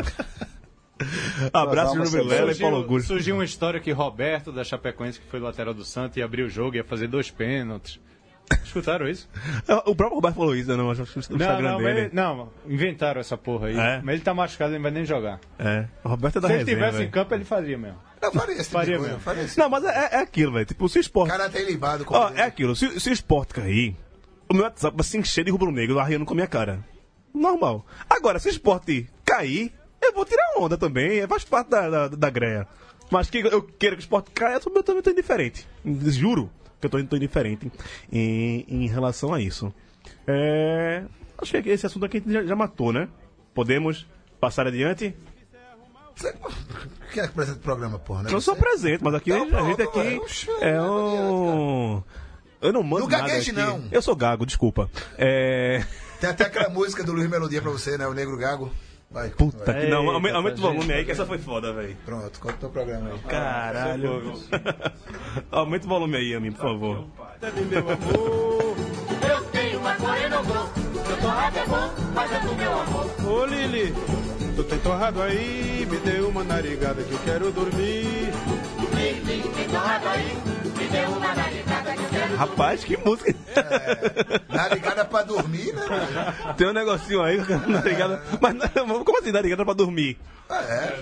Abraço Alma Júnior Vilela e Surgiu, Paulo Augusto. surgiu uma história que Roberto da Chapecoense, que foi lateral do Santos, ia abrir o jogo, ia fazer dois pênaltis. Escutaram isso? O próprio Roberto falou isso, né? Não, acho que no Não, Instagram não, mas dele. ele- não, inventaram essa porra aí. É? Mas ele tá machucado, ele não vai nem jogar. É. O Roberto é da Se ele resenha, tivesse velho. em campo, ele fazia mesmo. Eu faria esse tipo Faria de coisa, mesmo. faria esse- Não, mas é, é aquilo, velho. Tipo, se o O esporte. cara tem libado com Ó, é aquilo. Se, se o esporte cair, o meu WhatsApp vai se encher de rubro-negro arriando com a minha cara. Normal. Agora, se o esporte cair, eu vou tirar onda também. é, Faz parte da, da, da greia. Mas que eu queira que o esporte caia, eu também, também tô indiferente. Juro que eu tô, tô indiferente em, em relação a isso. É, acho que esse assunto aqui a gente já, já matou, né? Podemos passar adiante? Você- Quem é que apresenta o programa, porra? Né? Eu sou Você? presente, mas aqui Então, a gente pronto, aqui velho. Oxe, é não um. Eu não mando Não nada gagueje, aqui. não. Eu sou gago, desculpa. É. Tem até aquela música do Luiz Melodia pra você, né? O Negro Gago. Vai. Puta vai. que não. Eita, Aume- Aumenta o gente. volume aí que essa foi foda, velho. Pronto, conta o teu programa aí. Caralho. Aumenta o volume aí, amigo, por favor. Deve meu amor. Eu tenho uma cor no gol. Meu torrado é bom, mas é do meu amor. Ô Lili, tu tem torrado aí, me dê uma narigada que eu quero dormir. Lili, tem torrado aí. Me deu uma narigada que eu quero. Rapaz, que música. Narigada pra dormir, né? Tem um negocinho aí, narigada. Mas não- como assim, narigada pra dormir? É.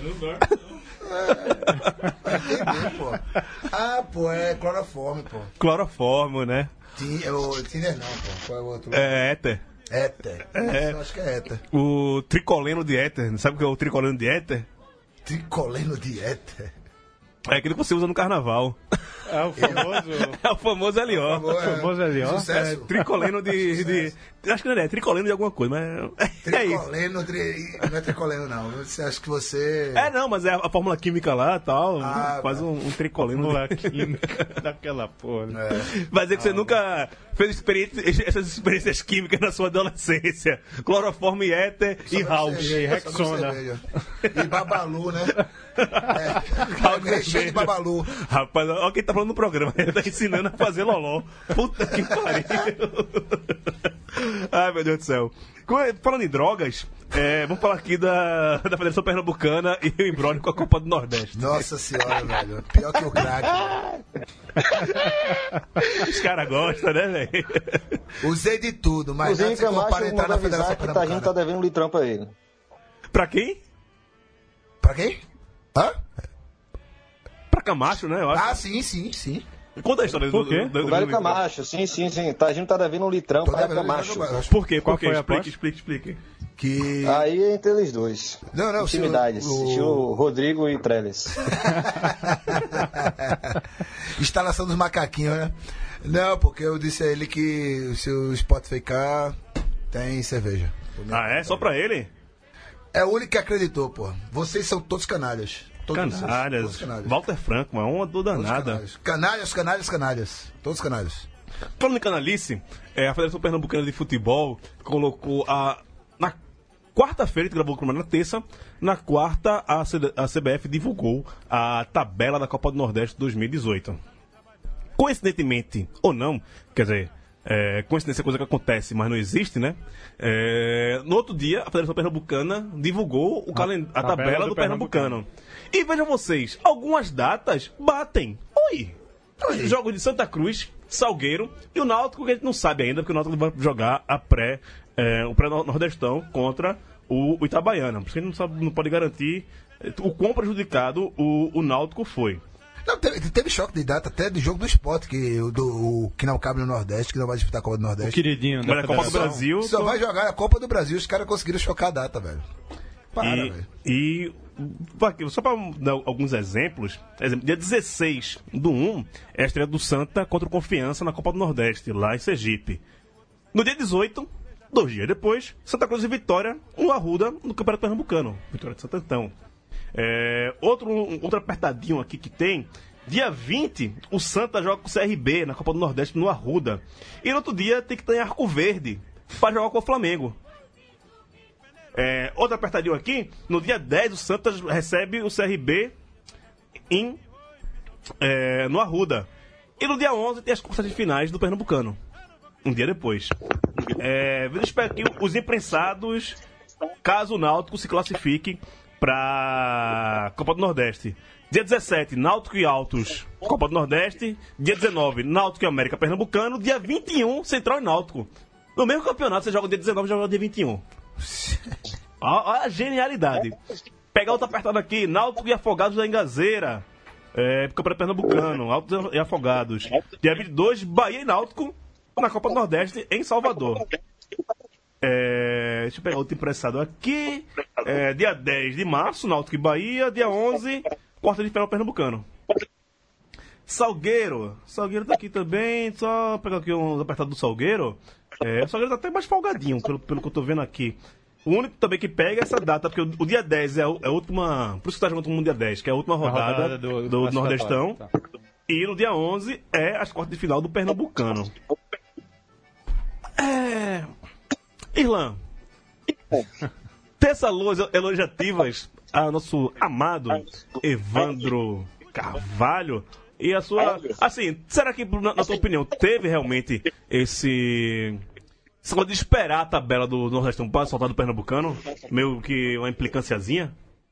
Entendi, pô. Ah, pô, é cloroforme, pô. Cloroformo, né? Ti- é o Tinder não, pô. Qual é o outro? É éter. Éter. É. Eu acho que é éter. O tricoleno de éter. Sabe o que é o tricoleno de éter? Tricoleno de éter. É aquele que você usa no carnaval. É o famoso... É o famoso L O. O famoso L O. Sucesso. É, tricoleno de, de... Acho que não é, é tricoleno de alguma coisa, mas... É isso. Tricoleno, tri... não é tricoleno, não. Você acha que você... É, não, mas é a, a fórmula química lá e tal. Ah, faz um, um tricoleno. Fórmula química daquela porra. É. Vai dizer que você nunca fez experiência, essas experiências químicas na sua adolescência. Cloroforme, éter e Rauch. E Rexona. E Babalu, né? É, é cheio de Babalu. Rapaz, olha quem tá falando no programa. Ele tá ensinando a fazer loló. Puta que pariu. Ai, meu Deus do céu. Falando em drogas, é, vamos falar aqui da, da Federação Pernambucana e o embrólio com a Copa do Nordeste. Nossa senhora, velho. Pior que o crack. Os caras gostam, né, velho? Usei de tudo, mas Inclusive, antes de Camacho, comparar entrar na mandou Federação avisar que a gente Pernambucana. tá devendo um litrão pra ele. Pra quem? Pra quem? Hã? Pra Camacho, né? Eu acho. Ah, sim, sim, sim. Conta a história do, Por quê? do, do, do O velho do- Camacho, sim, sim, sim. Tá, a gente tá devendo um litrão Tô para devendo, Camacho. eu acho Por quê? Qual Por quê? foi a Explique, aposta? explique, explique. Que. Aí é entre eles dois. Não, não, se o- Intimidades. o- Estilo Rodrigo e Trellis. Instalação dos macaquinhos, né? Não, porque eu disse a ele que se o Spot ficar, tem cerveja. Ah, é? Só pra ele? É o único que acreditou, pô. Vocês são todos canalhas. Todos vocês, todos Canalhas. canalhas. Walter Franco, uma honra toda Todos danada. canalhas. Canalhas, canalhas, canalhas. Todos canalhas. Falando em canalice, é, a Federação Pernambucana de Futebol colocou a. Na quarta-feira, a gente gravou o programa na terça. Na quarta, a, C, a C B F divulgou a tabela da Copa do Nordeste dois mil e dezoito. Coincidentemente ou não, quer dizer, é, coincidência é coisa que acontece, mas não existe, né? É, no outro dia, a Federação Pernambucana divulgou o calen- a, tabela, tabela do, do Pernambucano. Pernambucano. E vejam vocês, algumas datas batem. Oi! Os jogos de Santa Cruz, Salgueiro e o Náutico, que a gente não sabe ainda, porque o Náutico vai jogar a pré, é, o pré-nordestão contra o, o Itabaiana. Por isso que a gente não, sabe, não pode garantir é, o quão prejudicado o, o Náutico foi. Não, teve, teve choque de data até do jogo do Sport, que, o, do, o, que não cabe no Nordeste, que não vai disputar a Copa do O Nordeste. queridinho da Mas a Copa do Federação. Brasil. Só vai jogar a Copa do Brasil, os caras conseguiram chocar a data, velho. Para, E, velho. e só para dar alguns exemplos, exemplo, dia dezesseis do um é a estreia do Santa contra o Confiança na Copa do Nordeste, lá em Sergipe. No dia dezoito, dois dias depois, Santa Cruz e Vitória no Arruda, no Campeonato Pernambucano. Vitória de Santo Antão. É, outro, um, outro apertadinho aqui que tem, dia vinte, o Santa joga com o C R B na Copa do Nordeste no Arruda. E no outro dia tem que estar em Arco Verde para jogar com o Flamengo. É, outro apertadinho aqui, no dia dez o Santos recebe o C R B em, é, no Arruda. E no dia onze tem as quartas de finais do Pernambucano. Um dia depois. É, vamos esperar aqui os imprensados, caso o Náutico se classifique para Copa do Nordeste. Dia dezessete, Náutico e Altos, Copa do Nordeste. Dia dezenove, Náutico e América Pernambucano. Dia vinte e um, Central e Náutico. No mesmo campeonato, você joga dia dezenove e joga dia vinte e um. Olha a genialidade. Pegar outra apertada aqui, Náutico e Afogados da Engazeira. É, Campeonato Pernambucano, Altos e Afogados. Dia vinte e dois, Bahia e Náutico na Copa do Nordeste em Salvador. É, deixa eu pegar outro impressado aqui. É, dia dez de março, Náutico e Bahia. Dia onze, quarta de final Pernambucano. Salgueiro. Salgueiro tá aqui também. Só pegar aqui um apertado do Salgueiro. É, o Salgueiro tá até mais folgadinho, pelo, pelo que eu tô vendo aqui. O único também que pega é essa data, porque o, o dia dez é a, é a última. Por isso que tá jogando todo mundo dia dez, que é a última rodada, rodada do- do, do Nordestão. Tá. E no dia onze é as quartas de final do Pernambucano. É. Irlan. Terça luz elogiativas a nosso amado Evandro Carvalho. E a sua. Assim, será que, na, na sua opinião, teve realmente esse. Esse negócio de esperar a tabela do Nordestão para soltar do Pernambucano? Meio que uma implicânciazinha?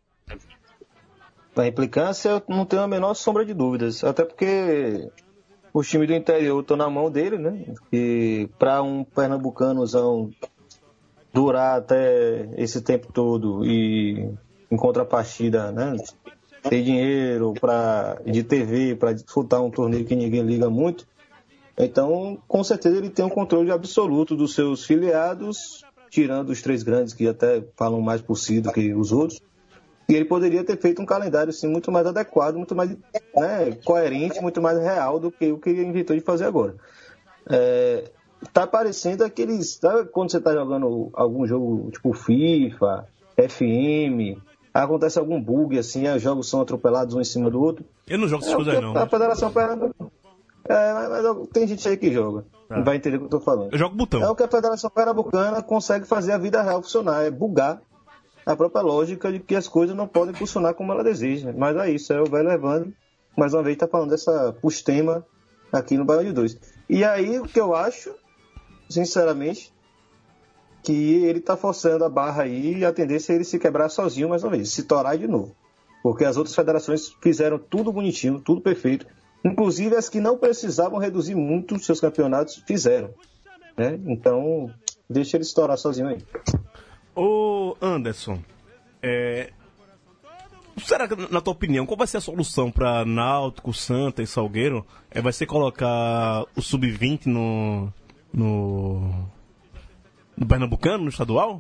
A implicância, eu não tenho a menor sombra de dúvidas. Até porque os times do interior estão na mão dele, né? E para um pernambucanozão durar até esse tempo todo e em contrapartida, né? Ter dinheiro pra, de T V para disputar um torneio que ninguém liga muito. Então, com certeza, ele tem um controle absoluto dos seus filiados, tirando os três grandes que até falam mais por si do que os outros. E ele poderia ter feito um calendário assim, muito mais adequado, muito mais, né, coerente, muito mais real do que o que ele inventou de fazer agora. É, tá parecendo aqueles... Sabe quando você tá jogando algum jogo tipo FIFA, F M, acontece algum bug assim, os jogos são atropelados um em cima do outro? Eu não jogo essas é, coisas não. A Federação Pernambucana... É, mas, mas tem gente aí que joga. Ah. Não vai entender o que eu tô falando. Eu jogo botão. É o que a Federação Pernambucana consegue fazer a vida real funcionar, é bugar a própria lógica de que as coisas não podem funcionar como ela deseja. Mas é isso, é o velho Evandro, mais uma vez, tá falando dessa postema aqui no Baião de Dois. E aí, o que eu acho, sinceramente, que ele tá forçando a barra aí e a tendência é ele se quebrar sozinho mais uma vez, se torar de novo. Porque as outras federações fizeram tudo bonitinho, tudo perfeito. Inclusive as que não precisavam reduzir muito seus campeonatos fizeram, né? Então, deixa ele estourar sozinho aí. Ô Anderson, é... será que, na tua opinião, qual vai ser a solução para Náutico, Santa e Salgueiro? É, vai ser colocar o sub vinte no, no, no Pernambucano, no estadual?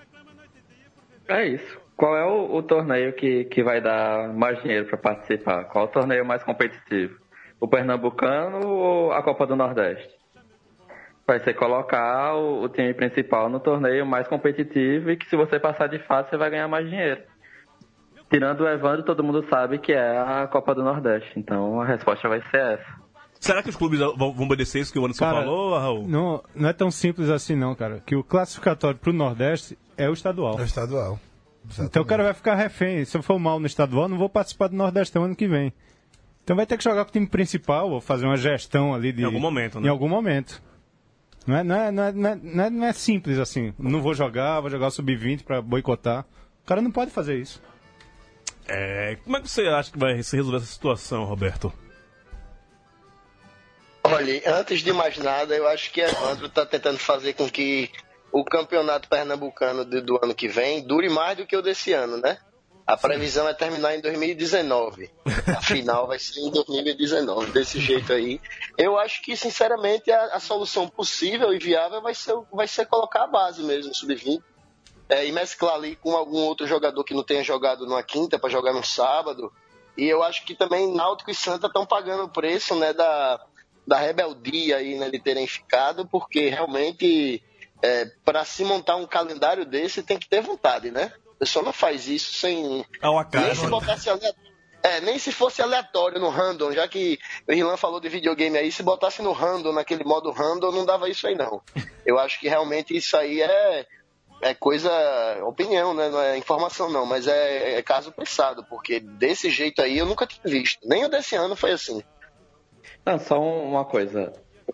É isso. Qual é o, o torneio que, que vai dar mais dinheiro para participar? Qual é o torneio mais competitivo? O Pernambucano ou a Copa do Nordeste? Vai ser colocar o, o time principal no torneio mais competitivo e que se você passar de fase você vai ganhar mais dinheiro. Tirando o Evandro, todo mundo sabe que é a Copa do Nordeste. Então a resposta vai ser essa. Será que os clubes vão, vão obedecer isso que o Anderson Cara, falou, Raul? Não, não é tão simples assim não, cara. Que o classificatório pro Nordeste é o estadual. É o estadual. Exatamente. Então o cara vai ficar refém. Se eu for mal no estadual, não vou participar do Nordestão ano que vem. Então vai ter que jogar com o time principal ou fazer uma gestão ali de... Em algum momento, né? Em algum momento. Não é, não é, não é, não é, não é simples assim. Não vou jogar, vou jogar o sub vinte pra boicotar. O cara não pode fazer isso. É, como é que você acha que vai se resolver essa situação, Roberto? Olha, antes de mais nada, eu acho que Evandro está tentando fazer com que o campeonato pernambucano do, do ano que vem dure mais do que o desse ano, né? A previsão é terminar em dois mil e dezenove. A final vai ser em dois mil e dezenove, desse jeito aí. Eu acho que, sinceramente, a, a solução possível e viável vai ser, vai ser colocar a base mesmo, sub vinte. É, e mesclar ali com algum outro jogador que não tenha jogado numa quinta para jogar no sábado. E eu acho que também Náutico e Santa estão pagando o preço, né, da, da rebeldia aí, né, de terem ficado, porque realmente é, para se montar um calendário desse tem que ter vontade, né? A pessoa não faz isso sem... Ao acaso. Nem se botasse aleatório. É, nem se fosse aleatório no random, já que o Rilan falou de videogame aí, se botasse no random, naquele modo random, não dava isso aí não. Eu acho que realmente isso aí é, é coisa, opinião, né? Não é informação não, mas é, é caso pensado, porque desse jeito aí eu nunca tinha visto. Nem o desse ano foi assim. Não, só uma coisa.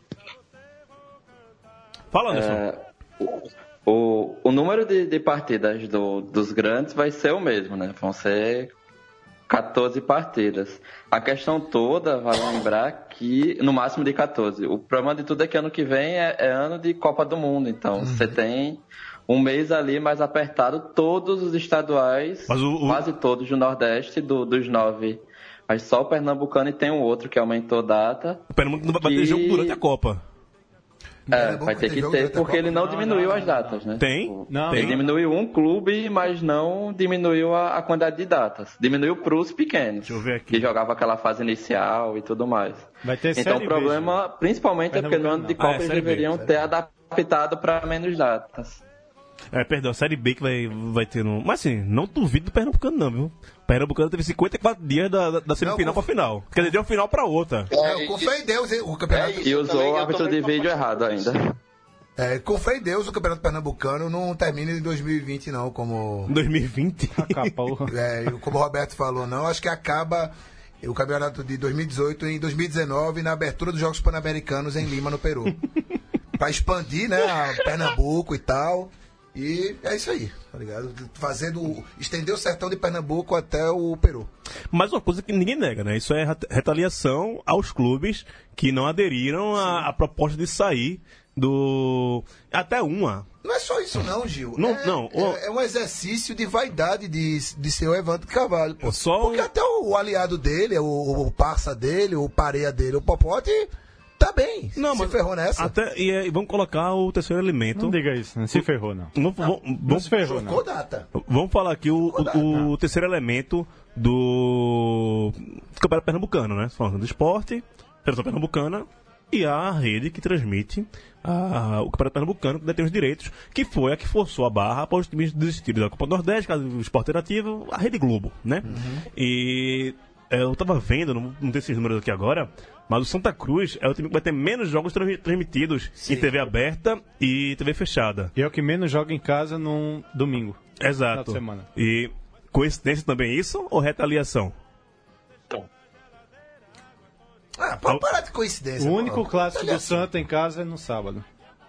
Fala, Anderson. É, o, o número de, de partidas do, dos grandes vai ser o mesmo, né? Vão ser catorze partidas. A questão toda, vale lembrar que no máximo de catorze. O problema de tudo é que ano que vem é, é ano de Copa do Mundo, então uhum. Você tem um mês ali mais apertado, todos os estaduais, Mas o, o... quase todos do Nordeste, do, dos nove. Mas só o Pernambucano e tem um outro que aumentou data. O Pernambuco vai ter que... jogo durante a Copa. É, vai ter que ter, porque ele não diminuiu as datas, né? Tem? Não, ele diminuiu um clube, mas não diminuiu a, a quantidade de datas. Diminuiu para os pequenos, Deixa eu ver aqui. que jogavam aquela fase inicial e tudo mais. Vai ter então série o problema, B, principalmente, é porque no ano de Copa ah, é, eles série B, deveriam ter adaptado para menos datas. É, perdão, a Série B que vai, vai ter no... Mas assim, não duvido do Pernambucano não, viu? O Pernambucano teve cinquenta e quatro dias da, da, da semifinal não, pra final. Quer dizer, deu final pra outra. É, com fé em Deus, o campeonato... É isso, e usou o árbitro de vídeo errado ainda. É, com fé em Deus, o campeonato pernambucano não termina em dois mil e vinte não, como... dois mil e vinte? Acabou. É, como o Roberto falou, não. Acho que acaba o campeonato de dois mil e dezoito em dois mil e dezenove, na abertura dos Jogos Pan-Americanos em Lima, no Peru. Pra expandir, né, a Pernambuco e tal... E é isso aí, tá ligado? Fazendo, estender o sertão de Pernambuco até o Peru. Mas uma coisa que ninguém nega, né? Isso é retaliação aos clubes que não aderiram à proposta de sair do... Até uma. Não é só isso não, Gil. Não, é, não, é, é um exercício de vaidade de, de ser o Evandro Carvalho, pô. Só Porque até o, o aliado dele, o, o parça dele, o pareia dele, o Popote... Tá bem. Não, se mas ferrou nessa. Até, e, é, vamos colocar o terceiro elemento. Não diga isso, não se ferrou, não. Não, vamos, Não vamos, se ferrou, não. Trocou data. vamos falar aqui o, o, o terceiro elemento do Campeonato Pernambucano, né? Falando do esporte, Federação Pernambucana e a rede que transmite a, o Campeonato Pernambucano, que detém os direitos, que foi a que forçou a barra após os times desistirem da Copa do Nordeste, caso do Esporte Interativo, a Rede Globo, né? Uhum. E é, eu tava vendo, não, não tem esses números aqui agora, mas o Santa Cruz é o time que vai ter menos jogos transmitidos Sim. em T V aberta e T V fechada. E é o que menos joga em casa num domingo. Exato. Semana. E coincidência também isso ou retaliação? Então. Ah, pode parar de coincidência. O único mano. clássico do Santa em casa é no sábado.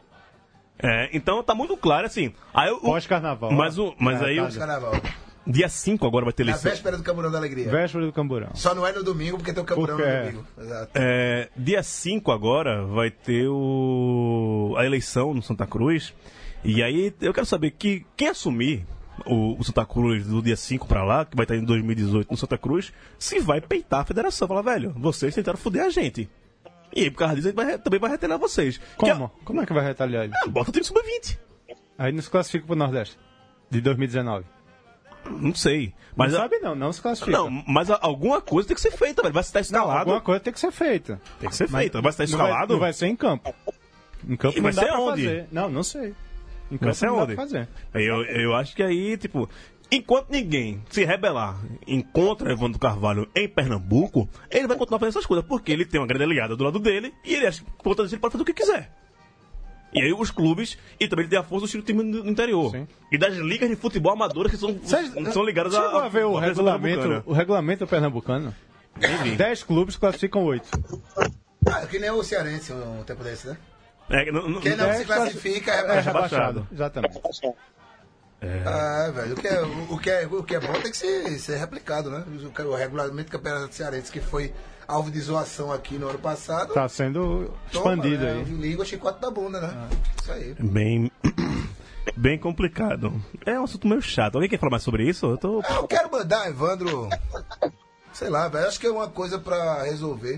É, então tá muito claro assim. Aí eu, Pós-carnaval. Mas, o, mas é, aí. Pós-carnaval. Dia cinco agora vai ter eleição. Na véspera do Camburão da Alegria. Véspera do Camburão. Só não é no domingo porque tem o Camburão porque no é. domingo. Exato. É, dia cinco agora vai ter o, a eleição no Santa Cruz. E aí eu quero saber que quem assumir o, o Santa Cruz do dia cinco pra lá, que vai estar em dois mil e dezoito no Santa Cruz, se vai peitar a federação. Falar, velho, vocês tentaram foder a gente. E aí, por causa disso, a gente vai, também vai retalhar vocês. Como? Que, Como é que vai retalhar ele? É, bota o time sub vinte. Aí não se classifica pro Nordeste. De dois mil e dezenove. Não sei. Mas não a... sabe não, não se classifica. Não, mas a, alguma coisa tem que ser feita, velho. Vai estar escalado. Não, alguma coisa tem que ser feita. Tem que ser Mas feita. Vai estar escalado? Não vai, não vai ser em campo. Em campo e não vai dá ser pra onde? fazer. Não, não sei. Em campo Vai ser não onde? dá pra fazer. Eu, eu acho que aí, tipo... Enquanto ninguém se rebelar contra Evandro Carvalho em Pernambuco, ele vai continuar fazendo essas coisas, porque ele tem uma grande aliada do lado dele e ele acha que contra isso ele pode fazer o que quiser. E aí os clubes, e também ele tem a força do time do interior. Sim. E das ligas de futebol amadoras que são, Cês, são ligadas a... Chegou a ver o regulamento, o regulamento pernambucano? Dez clubes classificam oito. Ah, que nem o Cearense um tempo desse, né? É, não, não, Quem não se classifica é rebaixado. É rebaixado. Exatamente. É. Ah, velho, o que, é, o, que é, o que é bom tem que ser, ser replicado, né? O, o regulamento do Campeonato Cearense, que foi alvo de zoação aqui no ano passado. Tá sendo expandido toma, aí. Né? Língua chicote da bunda, né? Ah. Isso aí. Bem, bem complicado. É um assunto meio chato. Alguém quer falar mais sobre isso? Eu, tô... eu quero mandar, Evandro. Sei lá, velho. Acho que é uma coisa pra resolver.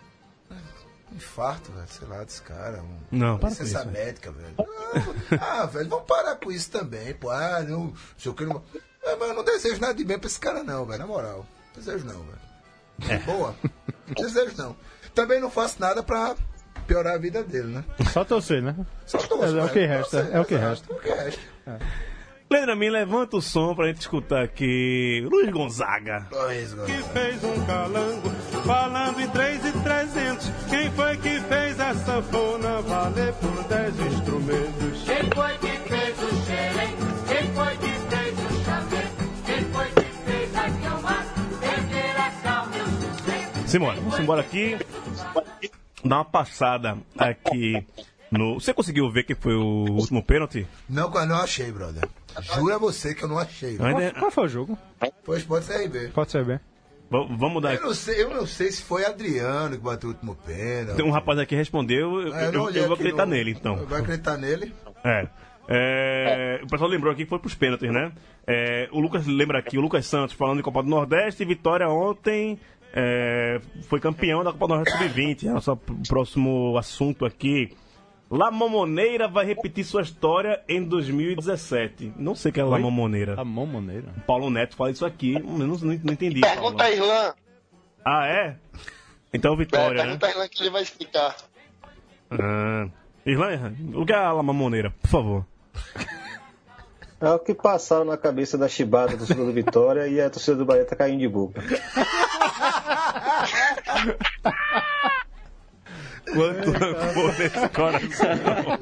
Infarto, velho, sei lá, desse cara. Um, não, para licença isso, médica, velho. Ah, ah, velho, vamos parar com isso também, pô. Ah, não, se eu quero... É, mas eu não desejo nada de bem pra esse cara, não, velho, na moral. Não desejo não, velho. É. Boa. Não desejo não. Também não faço nada pra piorar a vida dele, né? Só torcer, né? Só torcer. É, é o que resta, torcer, é o que resta. É o que resta. É. Leandro, me levanta o som pra gente escutar aqui Luiz Gonzaga. Luiz Gonzaga. Que fez um calango falando em três e trezentos. Quem foi que fez a sanfona valer por dez instrumentos? Quem foi que fez o xerém? Quem foi que fez o chamê? Quem foi que fez a cama? Perder a calma e o sossego. Simbora, vamos embora aqui. Dar uma passada aqui no... Você conseguiu ver que foi o último pênalti? Não, eu não achei, brother. Jura você que eu não achei. Qual, qual foi o jogo? Foi o Sport C R B. Pode ser bem. V vamos mudar. Eu não, sei, eu não sei se foi Adriano que bateu o último pênalti. Tem um rapaz aqui que respondeu, eu, é, eu, eu, eu vou acreditar no... nele, então. Vai acreditar nele? É. é. O pessoal lembrou aqui que foi pros pênaltis, né? É, o Lucas lembra aqui, o Lucas Santos falando de Copa do Nordeste, Vitória ontem é, foi campeão da Copa do Nordeste sub vinte. É o nosso próximo assunto aqui. La Momoneira vai repetir sua história em dois mil e dezessete. Não sei o que é La Momoneira. La Momoneira? Paulo Neto fala isso aqui, eu não, não, não entendi. Pergunta a Irlan. Ah, é? Então Vitória, é, pergunta né? a Irlan que ele vai explicar. Ah, Irlan, o que é a La Momoneira, por favor? É o que passaram na cabeça da chibata do torcedor do Vitória e a torcida do Bahia tá caindo de boca. Quanto amor nesse coração.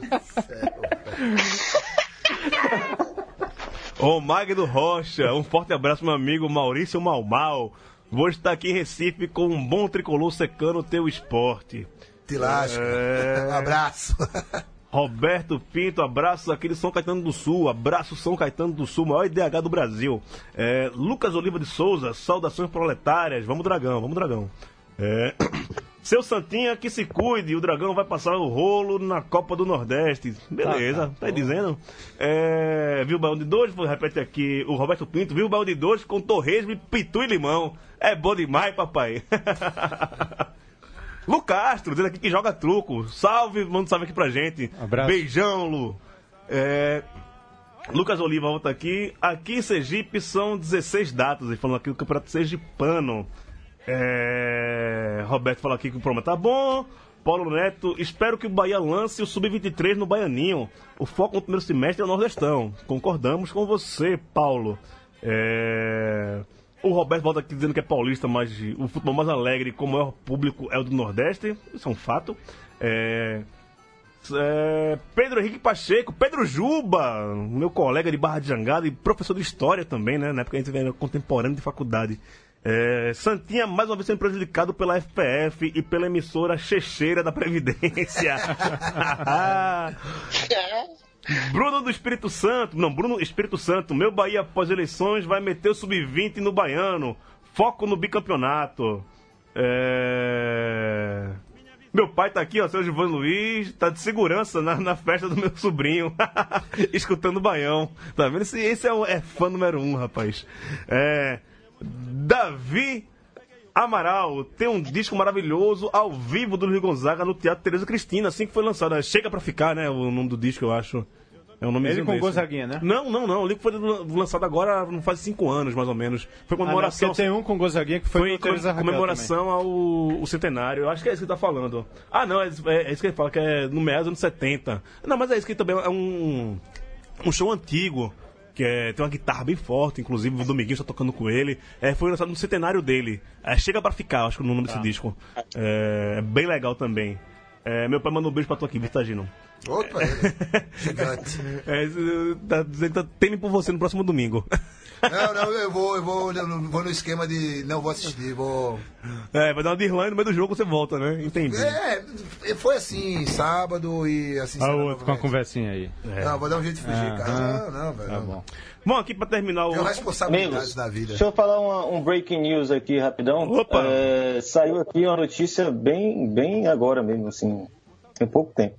Ô Magno Rocha, um forte abraço, meu amigo Maurício Malmal. Vou estar aqui em Recife com um bom tricolor secando o teu esporte. Te lasca. É... Um abraço. Roberto Pinto, abraços aqui de São Caetano do Sul. Abraço São Caetano do Sul, maior I D H do Brasil. É... Lucas Oliva de Souza, saudações proletárias. Vamos Dragão, vamos Dragão. É... Seu Santinha que se cuide, o Dragão vai passar o rolo na Copa do Nordeste. Beleza, tá, tá, tá aí dizendo. É, viu o Baú de dois? Repete aqui o Roberto Pinto. Viu o Baú de dois com torresmo, pitu e limão. É bom demais, papai. Lu Castro, dizendo aqui que joga truco. Salve, manda um salve aqui pra gente. Abraço. Beijão, Lu. É... Lucas Oliva volta aqui. Aqui em Sergipe são dezesseis datas. Ele falou aqui do Campeonato Sergipano. É... Roberto falou aqui que o programa tá bom. Paulo Neto, espero que o Bahia lance o sub vinte e três no Baianinho. O foco no primeiro semestre é o Nordestão. Concordamos com você, Paulo. É... O Roberto volta aqui dizendo que é paulista, mas o futebol mais alegre com o maior público é o do Nordeste. Isso é um fato. É... É... Pedro Henrique Pacheco, Pedro Juba, meu colega de Barra de Jangada e professor de História também, né? Na época a gente era contemporâneo de faculdade. É, Santinha mais uma vez sendo prejudicado pela F P F e pela emissora Checheira da Previdência. Bruno do Espírito Santo, não, Bruno Espírito Santo, meu Bahia após eleições vai meter o sub vinte no Baiano, foco no bicampeonato. É... Meu pai tá aqui, ó, seu Givan Luiz, tá de segurança na, na festa do meu sobrinho, escutando o Baião. Tá vendo? Esse, esse é, um, é fã número um, rapaz. É... Davi Amaral tem um disco maravilhoso ao vivo do Luiz Gonzaga no Teatro Tereza Cristina, assim que foi lançado. Chega Pra Ficar, né? O nome do disco, eu acho. É um Ele com desse. Gonzaguinha, né? Não, não, não. O disco foi lançado agora, não faz cinco anos, mais ou menos. Foi comemoração. Ah, não, tem um com Gonzaguinha que foi, foi no Teresa Raquel comemoração ao, ao centenário. Eu acho que é isso que ele tá falando. Ah, não, é, é, é isso que ele fala, que é no meados dos anos setenta. Não, mas é isso que também é um, um show antigo. Que é, tem uma guitarra bem forte, inclusive o Dominguinho está tocando com ele. É, foi lançado no centenário dele. É, Chega Pra Ficar, acho que é o nome desse Ah. disco. É, é bem legal também. É, meu pai mandou um beijo pra tu aqui, Vitagino. Opa, gigante. É, tá dizendo que tá temendo por você no próximo domingo. Não, não, eu vou, eu vou, eu vou no esquema de não vou assistir, vou... É, vai dar uma de Irlanda no meio do jogo, você volta, né? Entendi. É, foi assim, sábado e assim... Ah, sábado, outro com a conversinha aí. É. Não, vou dar um jeito de fugir, Ah, cara. ah. Não, não, velho. Tá não. bom. Bom, aqui pra terminar o... Tenho responsabilidades Amigos, na vida. deixa eu falar uma- um breaking news aqui rapidão. Opa! É, saiu aqui uma notícia bem, bem agora mesmo, assim, tem pouco tempo,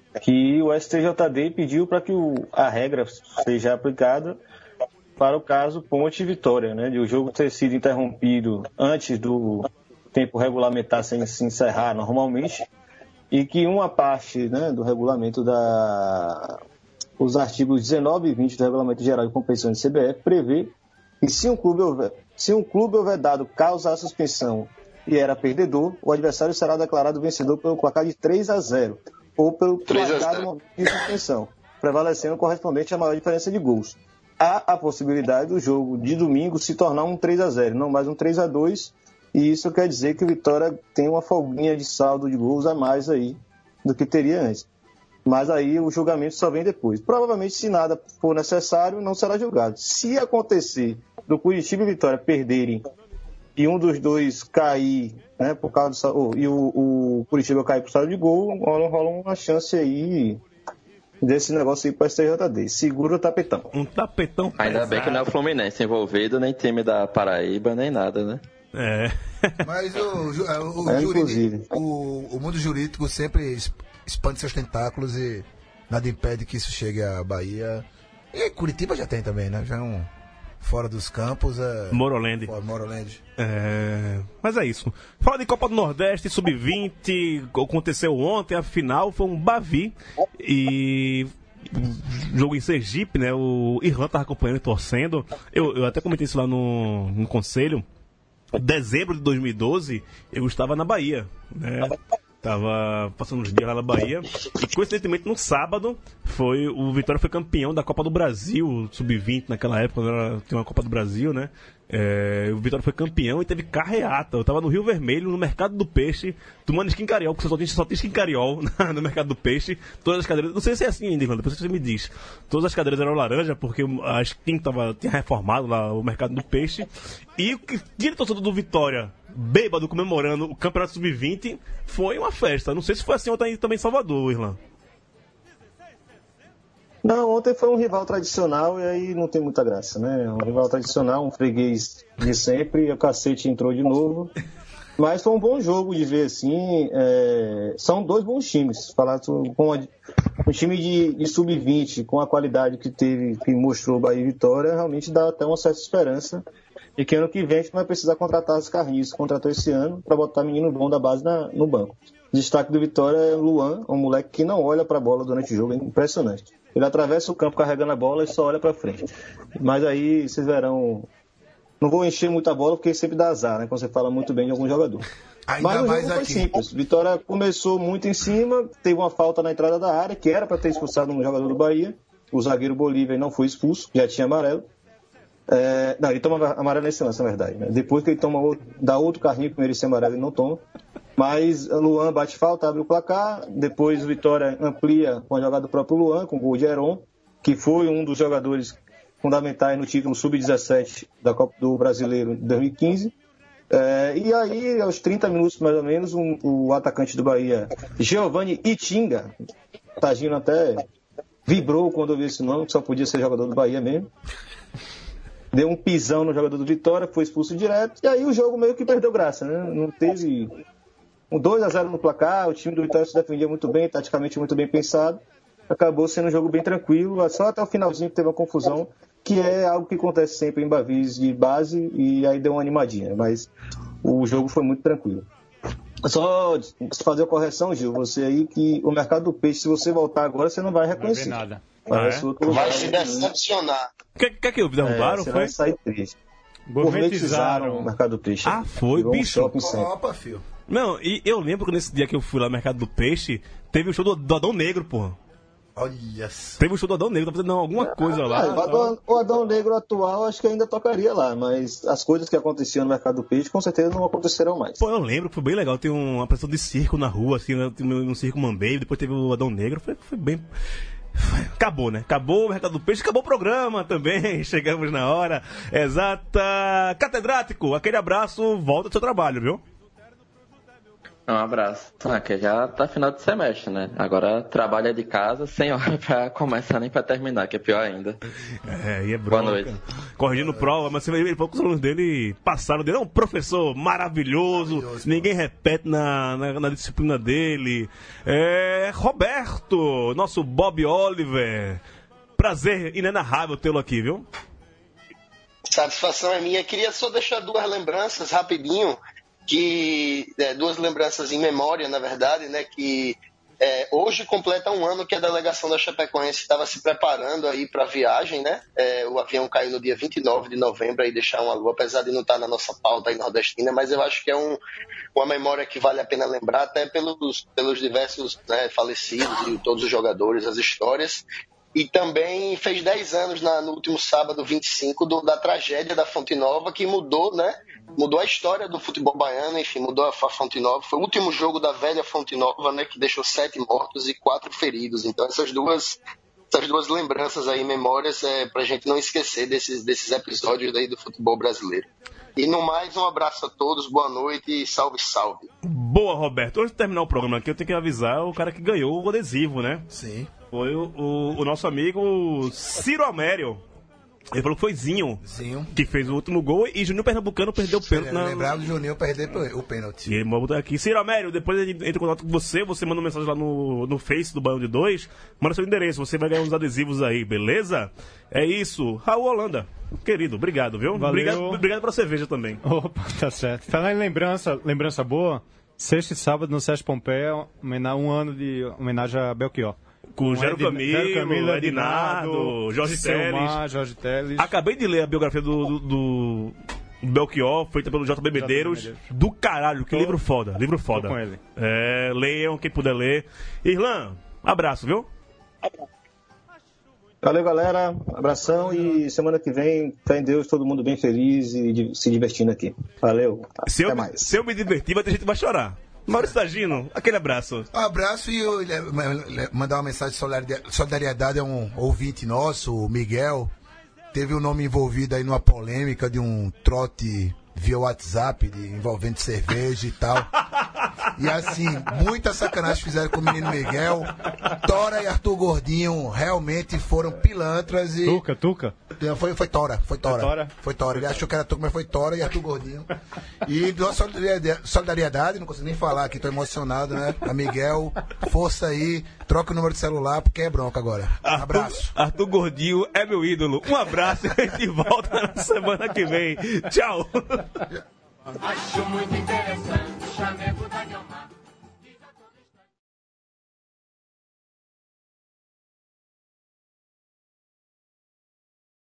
que o S T J D pediu para que o- a regra seja aplicada para o caso Ponte Vitória, né, de o jogo ter sido interrompido antes do tempo regulamentar se, se encerrar normalmente, e que uma parte, né, do regulamento da... os artigos dezenove e vinte do Regulamento Geral de Competição de C B F prevê que se um clube houver, se um clube houver dado causa à suspensão e era perdedor, o adversário será declarado vencedor pelo placar de três a zero ou pelo três a placar zero. do momento de suspensão, prevalecendo o correspondente à maior diferença de gols. Há a possibilidade do jogo de domingo se tornar um três a zero, não mais um três a dois, e isso quer dizer que o Vitória tem uma folguinha de saldo de gols a mais aí do que teria antes. Mas aí o julgamento só vem depois. Provavelmente, se nada for necessário, não será julgado. Se acontecer do Curitiba e Vitória perderem e um dos dois cair, né, por causa do, sal- oh, e o, o Curitiba cair por saldo de gol, rola, rola uma chance aí desse negócio aí para o S T J D. Segura o tapetão. Um tapetão Ainda bem que não é o Fluminense envolvido, nem time da Paraíba, nem nada, né? É. Mas o, ju- o, É, jurídico- inclusive. o, o mundo jurídico sempre es- expande seus tentáculos e nada impede que isso chegue à Bahia. E Curitiba já tem também, né? Já é um fora dos campos. É... Moroland. Fora, Moroland. É, mas é isso. Fala de Copa do Nordeste, sub vinte, aconteceu ontem, a final foi um Bavi e jogo em Sergipe, né? O Irlan tava acompanhando e torcendo. Eu, eu até comentei isso lá no, no conselho. Em dezembro de dois mil e doze, eu estava na Bahia, né? Tava passando uns dias lá na Bahia. E coincidentemente no sábado foi o Vitória foi campeão da Copa do Brasil, sub vinte naquela época, era, tinha uma Copa do Brasil, né? É, o Vitória foi campeão e teve carreata. Eu tava no Rio Vermelho, no Mercado do Peixe, tomando skin cariol, porque só tinha, só tinha skin cariol no Mercado do Peixe. Todas as cadeiras, não sei se é assim ainda, Irlanda, depois você me diz. Todas as cadeiras eram laranja, porque a skin tava, tinha reformado lá o Mercado do Peixe. E o que tinha torcedor do Vitória bêbado comemorando o Campeonato sub vinte foi uma festa. Não sei se foi assim ontem também em Salvador, Irlanda. Não, ontem foi um rival tradicional e aí não tem muita graça, né? Um rival tradicional, um freguês de sempre, e o cacete entrou de novo. Mas foi um bom jogo de ver, assim. É... São dois bons times. Falar com a... um time de, de sub vinte, com a qualidade que teve, que mostrou o Bahia e Vitória, realmente dá até uma certa esperança e que ano que vem a gente vai precisar contratar os carrinhos. Contratou esse ano para botar menino bom da base na, no banco. Destaque do Vitória é o Luan, um moleque que não olha para a bola durante o jogo, é impressionante. Ele atravessa o campo carregando a bola e só olha para frente. Mas aí vocês verão, não vou encher muita bola porque sempre dá azar, né? Quando você fala muito bem de algum jogador. Ainda Mas o mais jogo foi aqui. simples. Vitória começou muito em cima, teve uma falta na entrada da área, que era para ter expulsado um jogador do Bahia. O zagueiro Bolívia não foi expulso, já tinha amarelo. É, não, ele toma amarelo nesse lance, na verdade. Né? Depois que ele toma outro, dá outro carrinho que merecia amarelo, ele não toma. Mas o Luan bate falta, abre o placar. Depois o Vitória amplia com a jogada do próprio Luan, com o gol de Heron, que foi um dos jogadores fundamentais no título sub dezessete da Copa do Brasileiro de dois mil e quinze. É, e aí, aos trinta minutos mais ou menos, um, o atacante do Bahia, Giovanni Itinga, Tagino até vibrou quando ouviu esse nome, que só podia ser jogador do Bahia mesmo. Deu um pisão no jogador do Vitória, foi expulso direto, e aí o jogo meio que perdeu graça, né? Não teve um dois a zero no placar, o time do Vitória se defendia muito bem, taticamente muito bem pensado. Acabou sendo um jogo bem tranquilo, só até o finalzinho que teve uma confusão, que é algo que acontece sempre em Bavis de base, e aí deu uma animadinha, mas o jogo foi muito tranquilo. Só fazer a correção, Gil, você aí, que o mercado do peixe, se você voltar agora, você não vai reconhecer. Não vai ver nada. Vai, Ah, é? outro Vai lugar, se né? decepcionar. O que, que, que eu derrubaram? É, você foi? vai sair triste. Gourmetizaram. Gourmetizaram o mercado do peixe. Ah, foi, Virou um bicho. shopping center. Opa, filho. Não, e eu lembro que nesse dia que eu fui lá no Mercado do Peixe, teve o show do, do Adão Negro, porra. Olha só. Teve o show do Adão Negro, tá fazendo alguma coisa lá. Ah, o, Adão, o Adão Negro atual acho que ainda tocaria lá, mas as coisas que aconteciam no mercado do peixe com certeza não acontecerão mais. Pô, eu lembro que foi bem legal. Tem uma apresentação de circo na rua, assim, né? Tem um circo Mambei, depois teve o Adão Negro. Foi, foi bem. Acabou, né? Acabou o Mercado do Peixe, acabou o programa também. Chegamos na hora exata. Catedrático, aquele abraço, volta ao seu trabalho, viu? Um abraço. Ah, que já tá final de semestre, né? Agora trabalha de casa, sem hora pra começar nem pra terminar, que é pior ainda. É, e é bronca. Boa noite. Corrigindo prova, mas você vê, poucos alunos dele passaram dele. É um professor maravilhoso, Maravilhoso, ninguém repete na, na, na disciplina dele. É, Roberto, nosso Bob Oliver. Prazer inenarrável tê-lo aqui, viu? Satisfação é minha. Queria só deixar duas lembranças rapidinho, que é, duas lembranças em memória, na verdade, né? Que é, hoje completa um ano que a delegação da Chapecoense estava se preparando aí para a viagem, né? É, o avião caiu no dia vinte e nove de novembro aí deixar uma lua, apesar de não estar na nossa pauta aí nordestina, mas eu acho que é um, uma memória que vale a pena lembrar, até pelos, pelos diversos, né, falecidos e todos os jogadores, as histórias. E também fez dez anos na, no último sábado, vinte e cinco, do, da tragédia da Fonte Nova, que mudou, né? Mudou a história do futebol baiano, enfim, mudou a, a Fonte Nova. Foi o último jogo da velha Fonte Nova, né? Que deixou sete mortos e quatro feridos. Então essas duas, essas duas lembranças aí, memórias, é pra gente não esquecer desses, desses episódios aí do futebol brasileiro. E no mais, um abraço a todos, boa noite e salve, salve. Boa, Roberto. Antes de terminar o programa aqui, eu tenho que avisar o cara que ganhou o adesivo, né? Sim. Foi o, o, o nosso amigo Ciro Amério. Ele falou que foi Zinho, Zinho. que fez o último gol, e Juninho Pernambucano perdeu o pênalti. Na... Lembrava do Juninho perder o pênalti. E ele botou aqui, Ciro Amério, depois ele entra em contato com você, você manda uma mensagem lá no, no Face do Baião de Dois, manda seu endereço, você vai ganhar uns adesivos aí, beleza? É isso. Raul Holanda, querido, obrigado, viu? Valeu. Obrigado, obrigado pela cerveja também. Opa, tá certo. Falar em lembrança, lembrança boa, sexta e sábado no Sérgio Pompeia, um ano de homenagem a Belchior. Com o Gero Edi- Camilo, Gero Camilo, Edinardo, Edinardo, Jorge Selmar, Teles. Jorge Teles. Acabei de ler a biografia do, do, do Belchior, feita pelo J B Medeiros. Medeiros. Do caralho, que Tô- livro foda, livro foda. tô com ele. É, leiam, quem puder ler. Irlan, abraço, viu? Valeu, galera. Abração e semana que vem, fé em Deus, todo mundo bem feliz e di- se divertindo aqui. Valeu. Se eu, Até me- mais. se eu me divertir, vai ter gente que vai chorar. Maurício Tagino, aquele abraço. Um abraço e eu, le- le- mandar uma mensagem de solidari- solidariedade a um ouvinte nosso, o Miguel. Teve o nome envolvido aí numa polêmica de um trote via WhatsApp de, envolvendo cerveja e tal. E assim, muita sacanagem fizeram com o menino Miguel. Tora e Arthur Gordinho realmente foram pilantras e... Tuca, Tuca? Foi, foi Tora, foi Tora. Foi Tora? Foi Tora. Ele achou que era Tuca, mas foi Tora e Arthur Gordinho. E deu solidariedade, solidariedade, não consigo nem falar aqui, tô emocionado, né? A Miguel, força aí, troca o número de celular, porque é bronca agora. Um abraço. Arthur, Arthur Gordinho é meu ídolo. Um abraço e a gente volta na semana que vem. Tchau. Acho muito interessante, chamei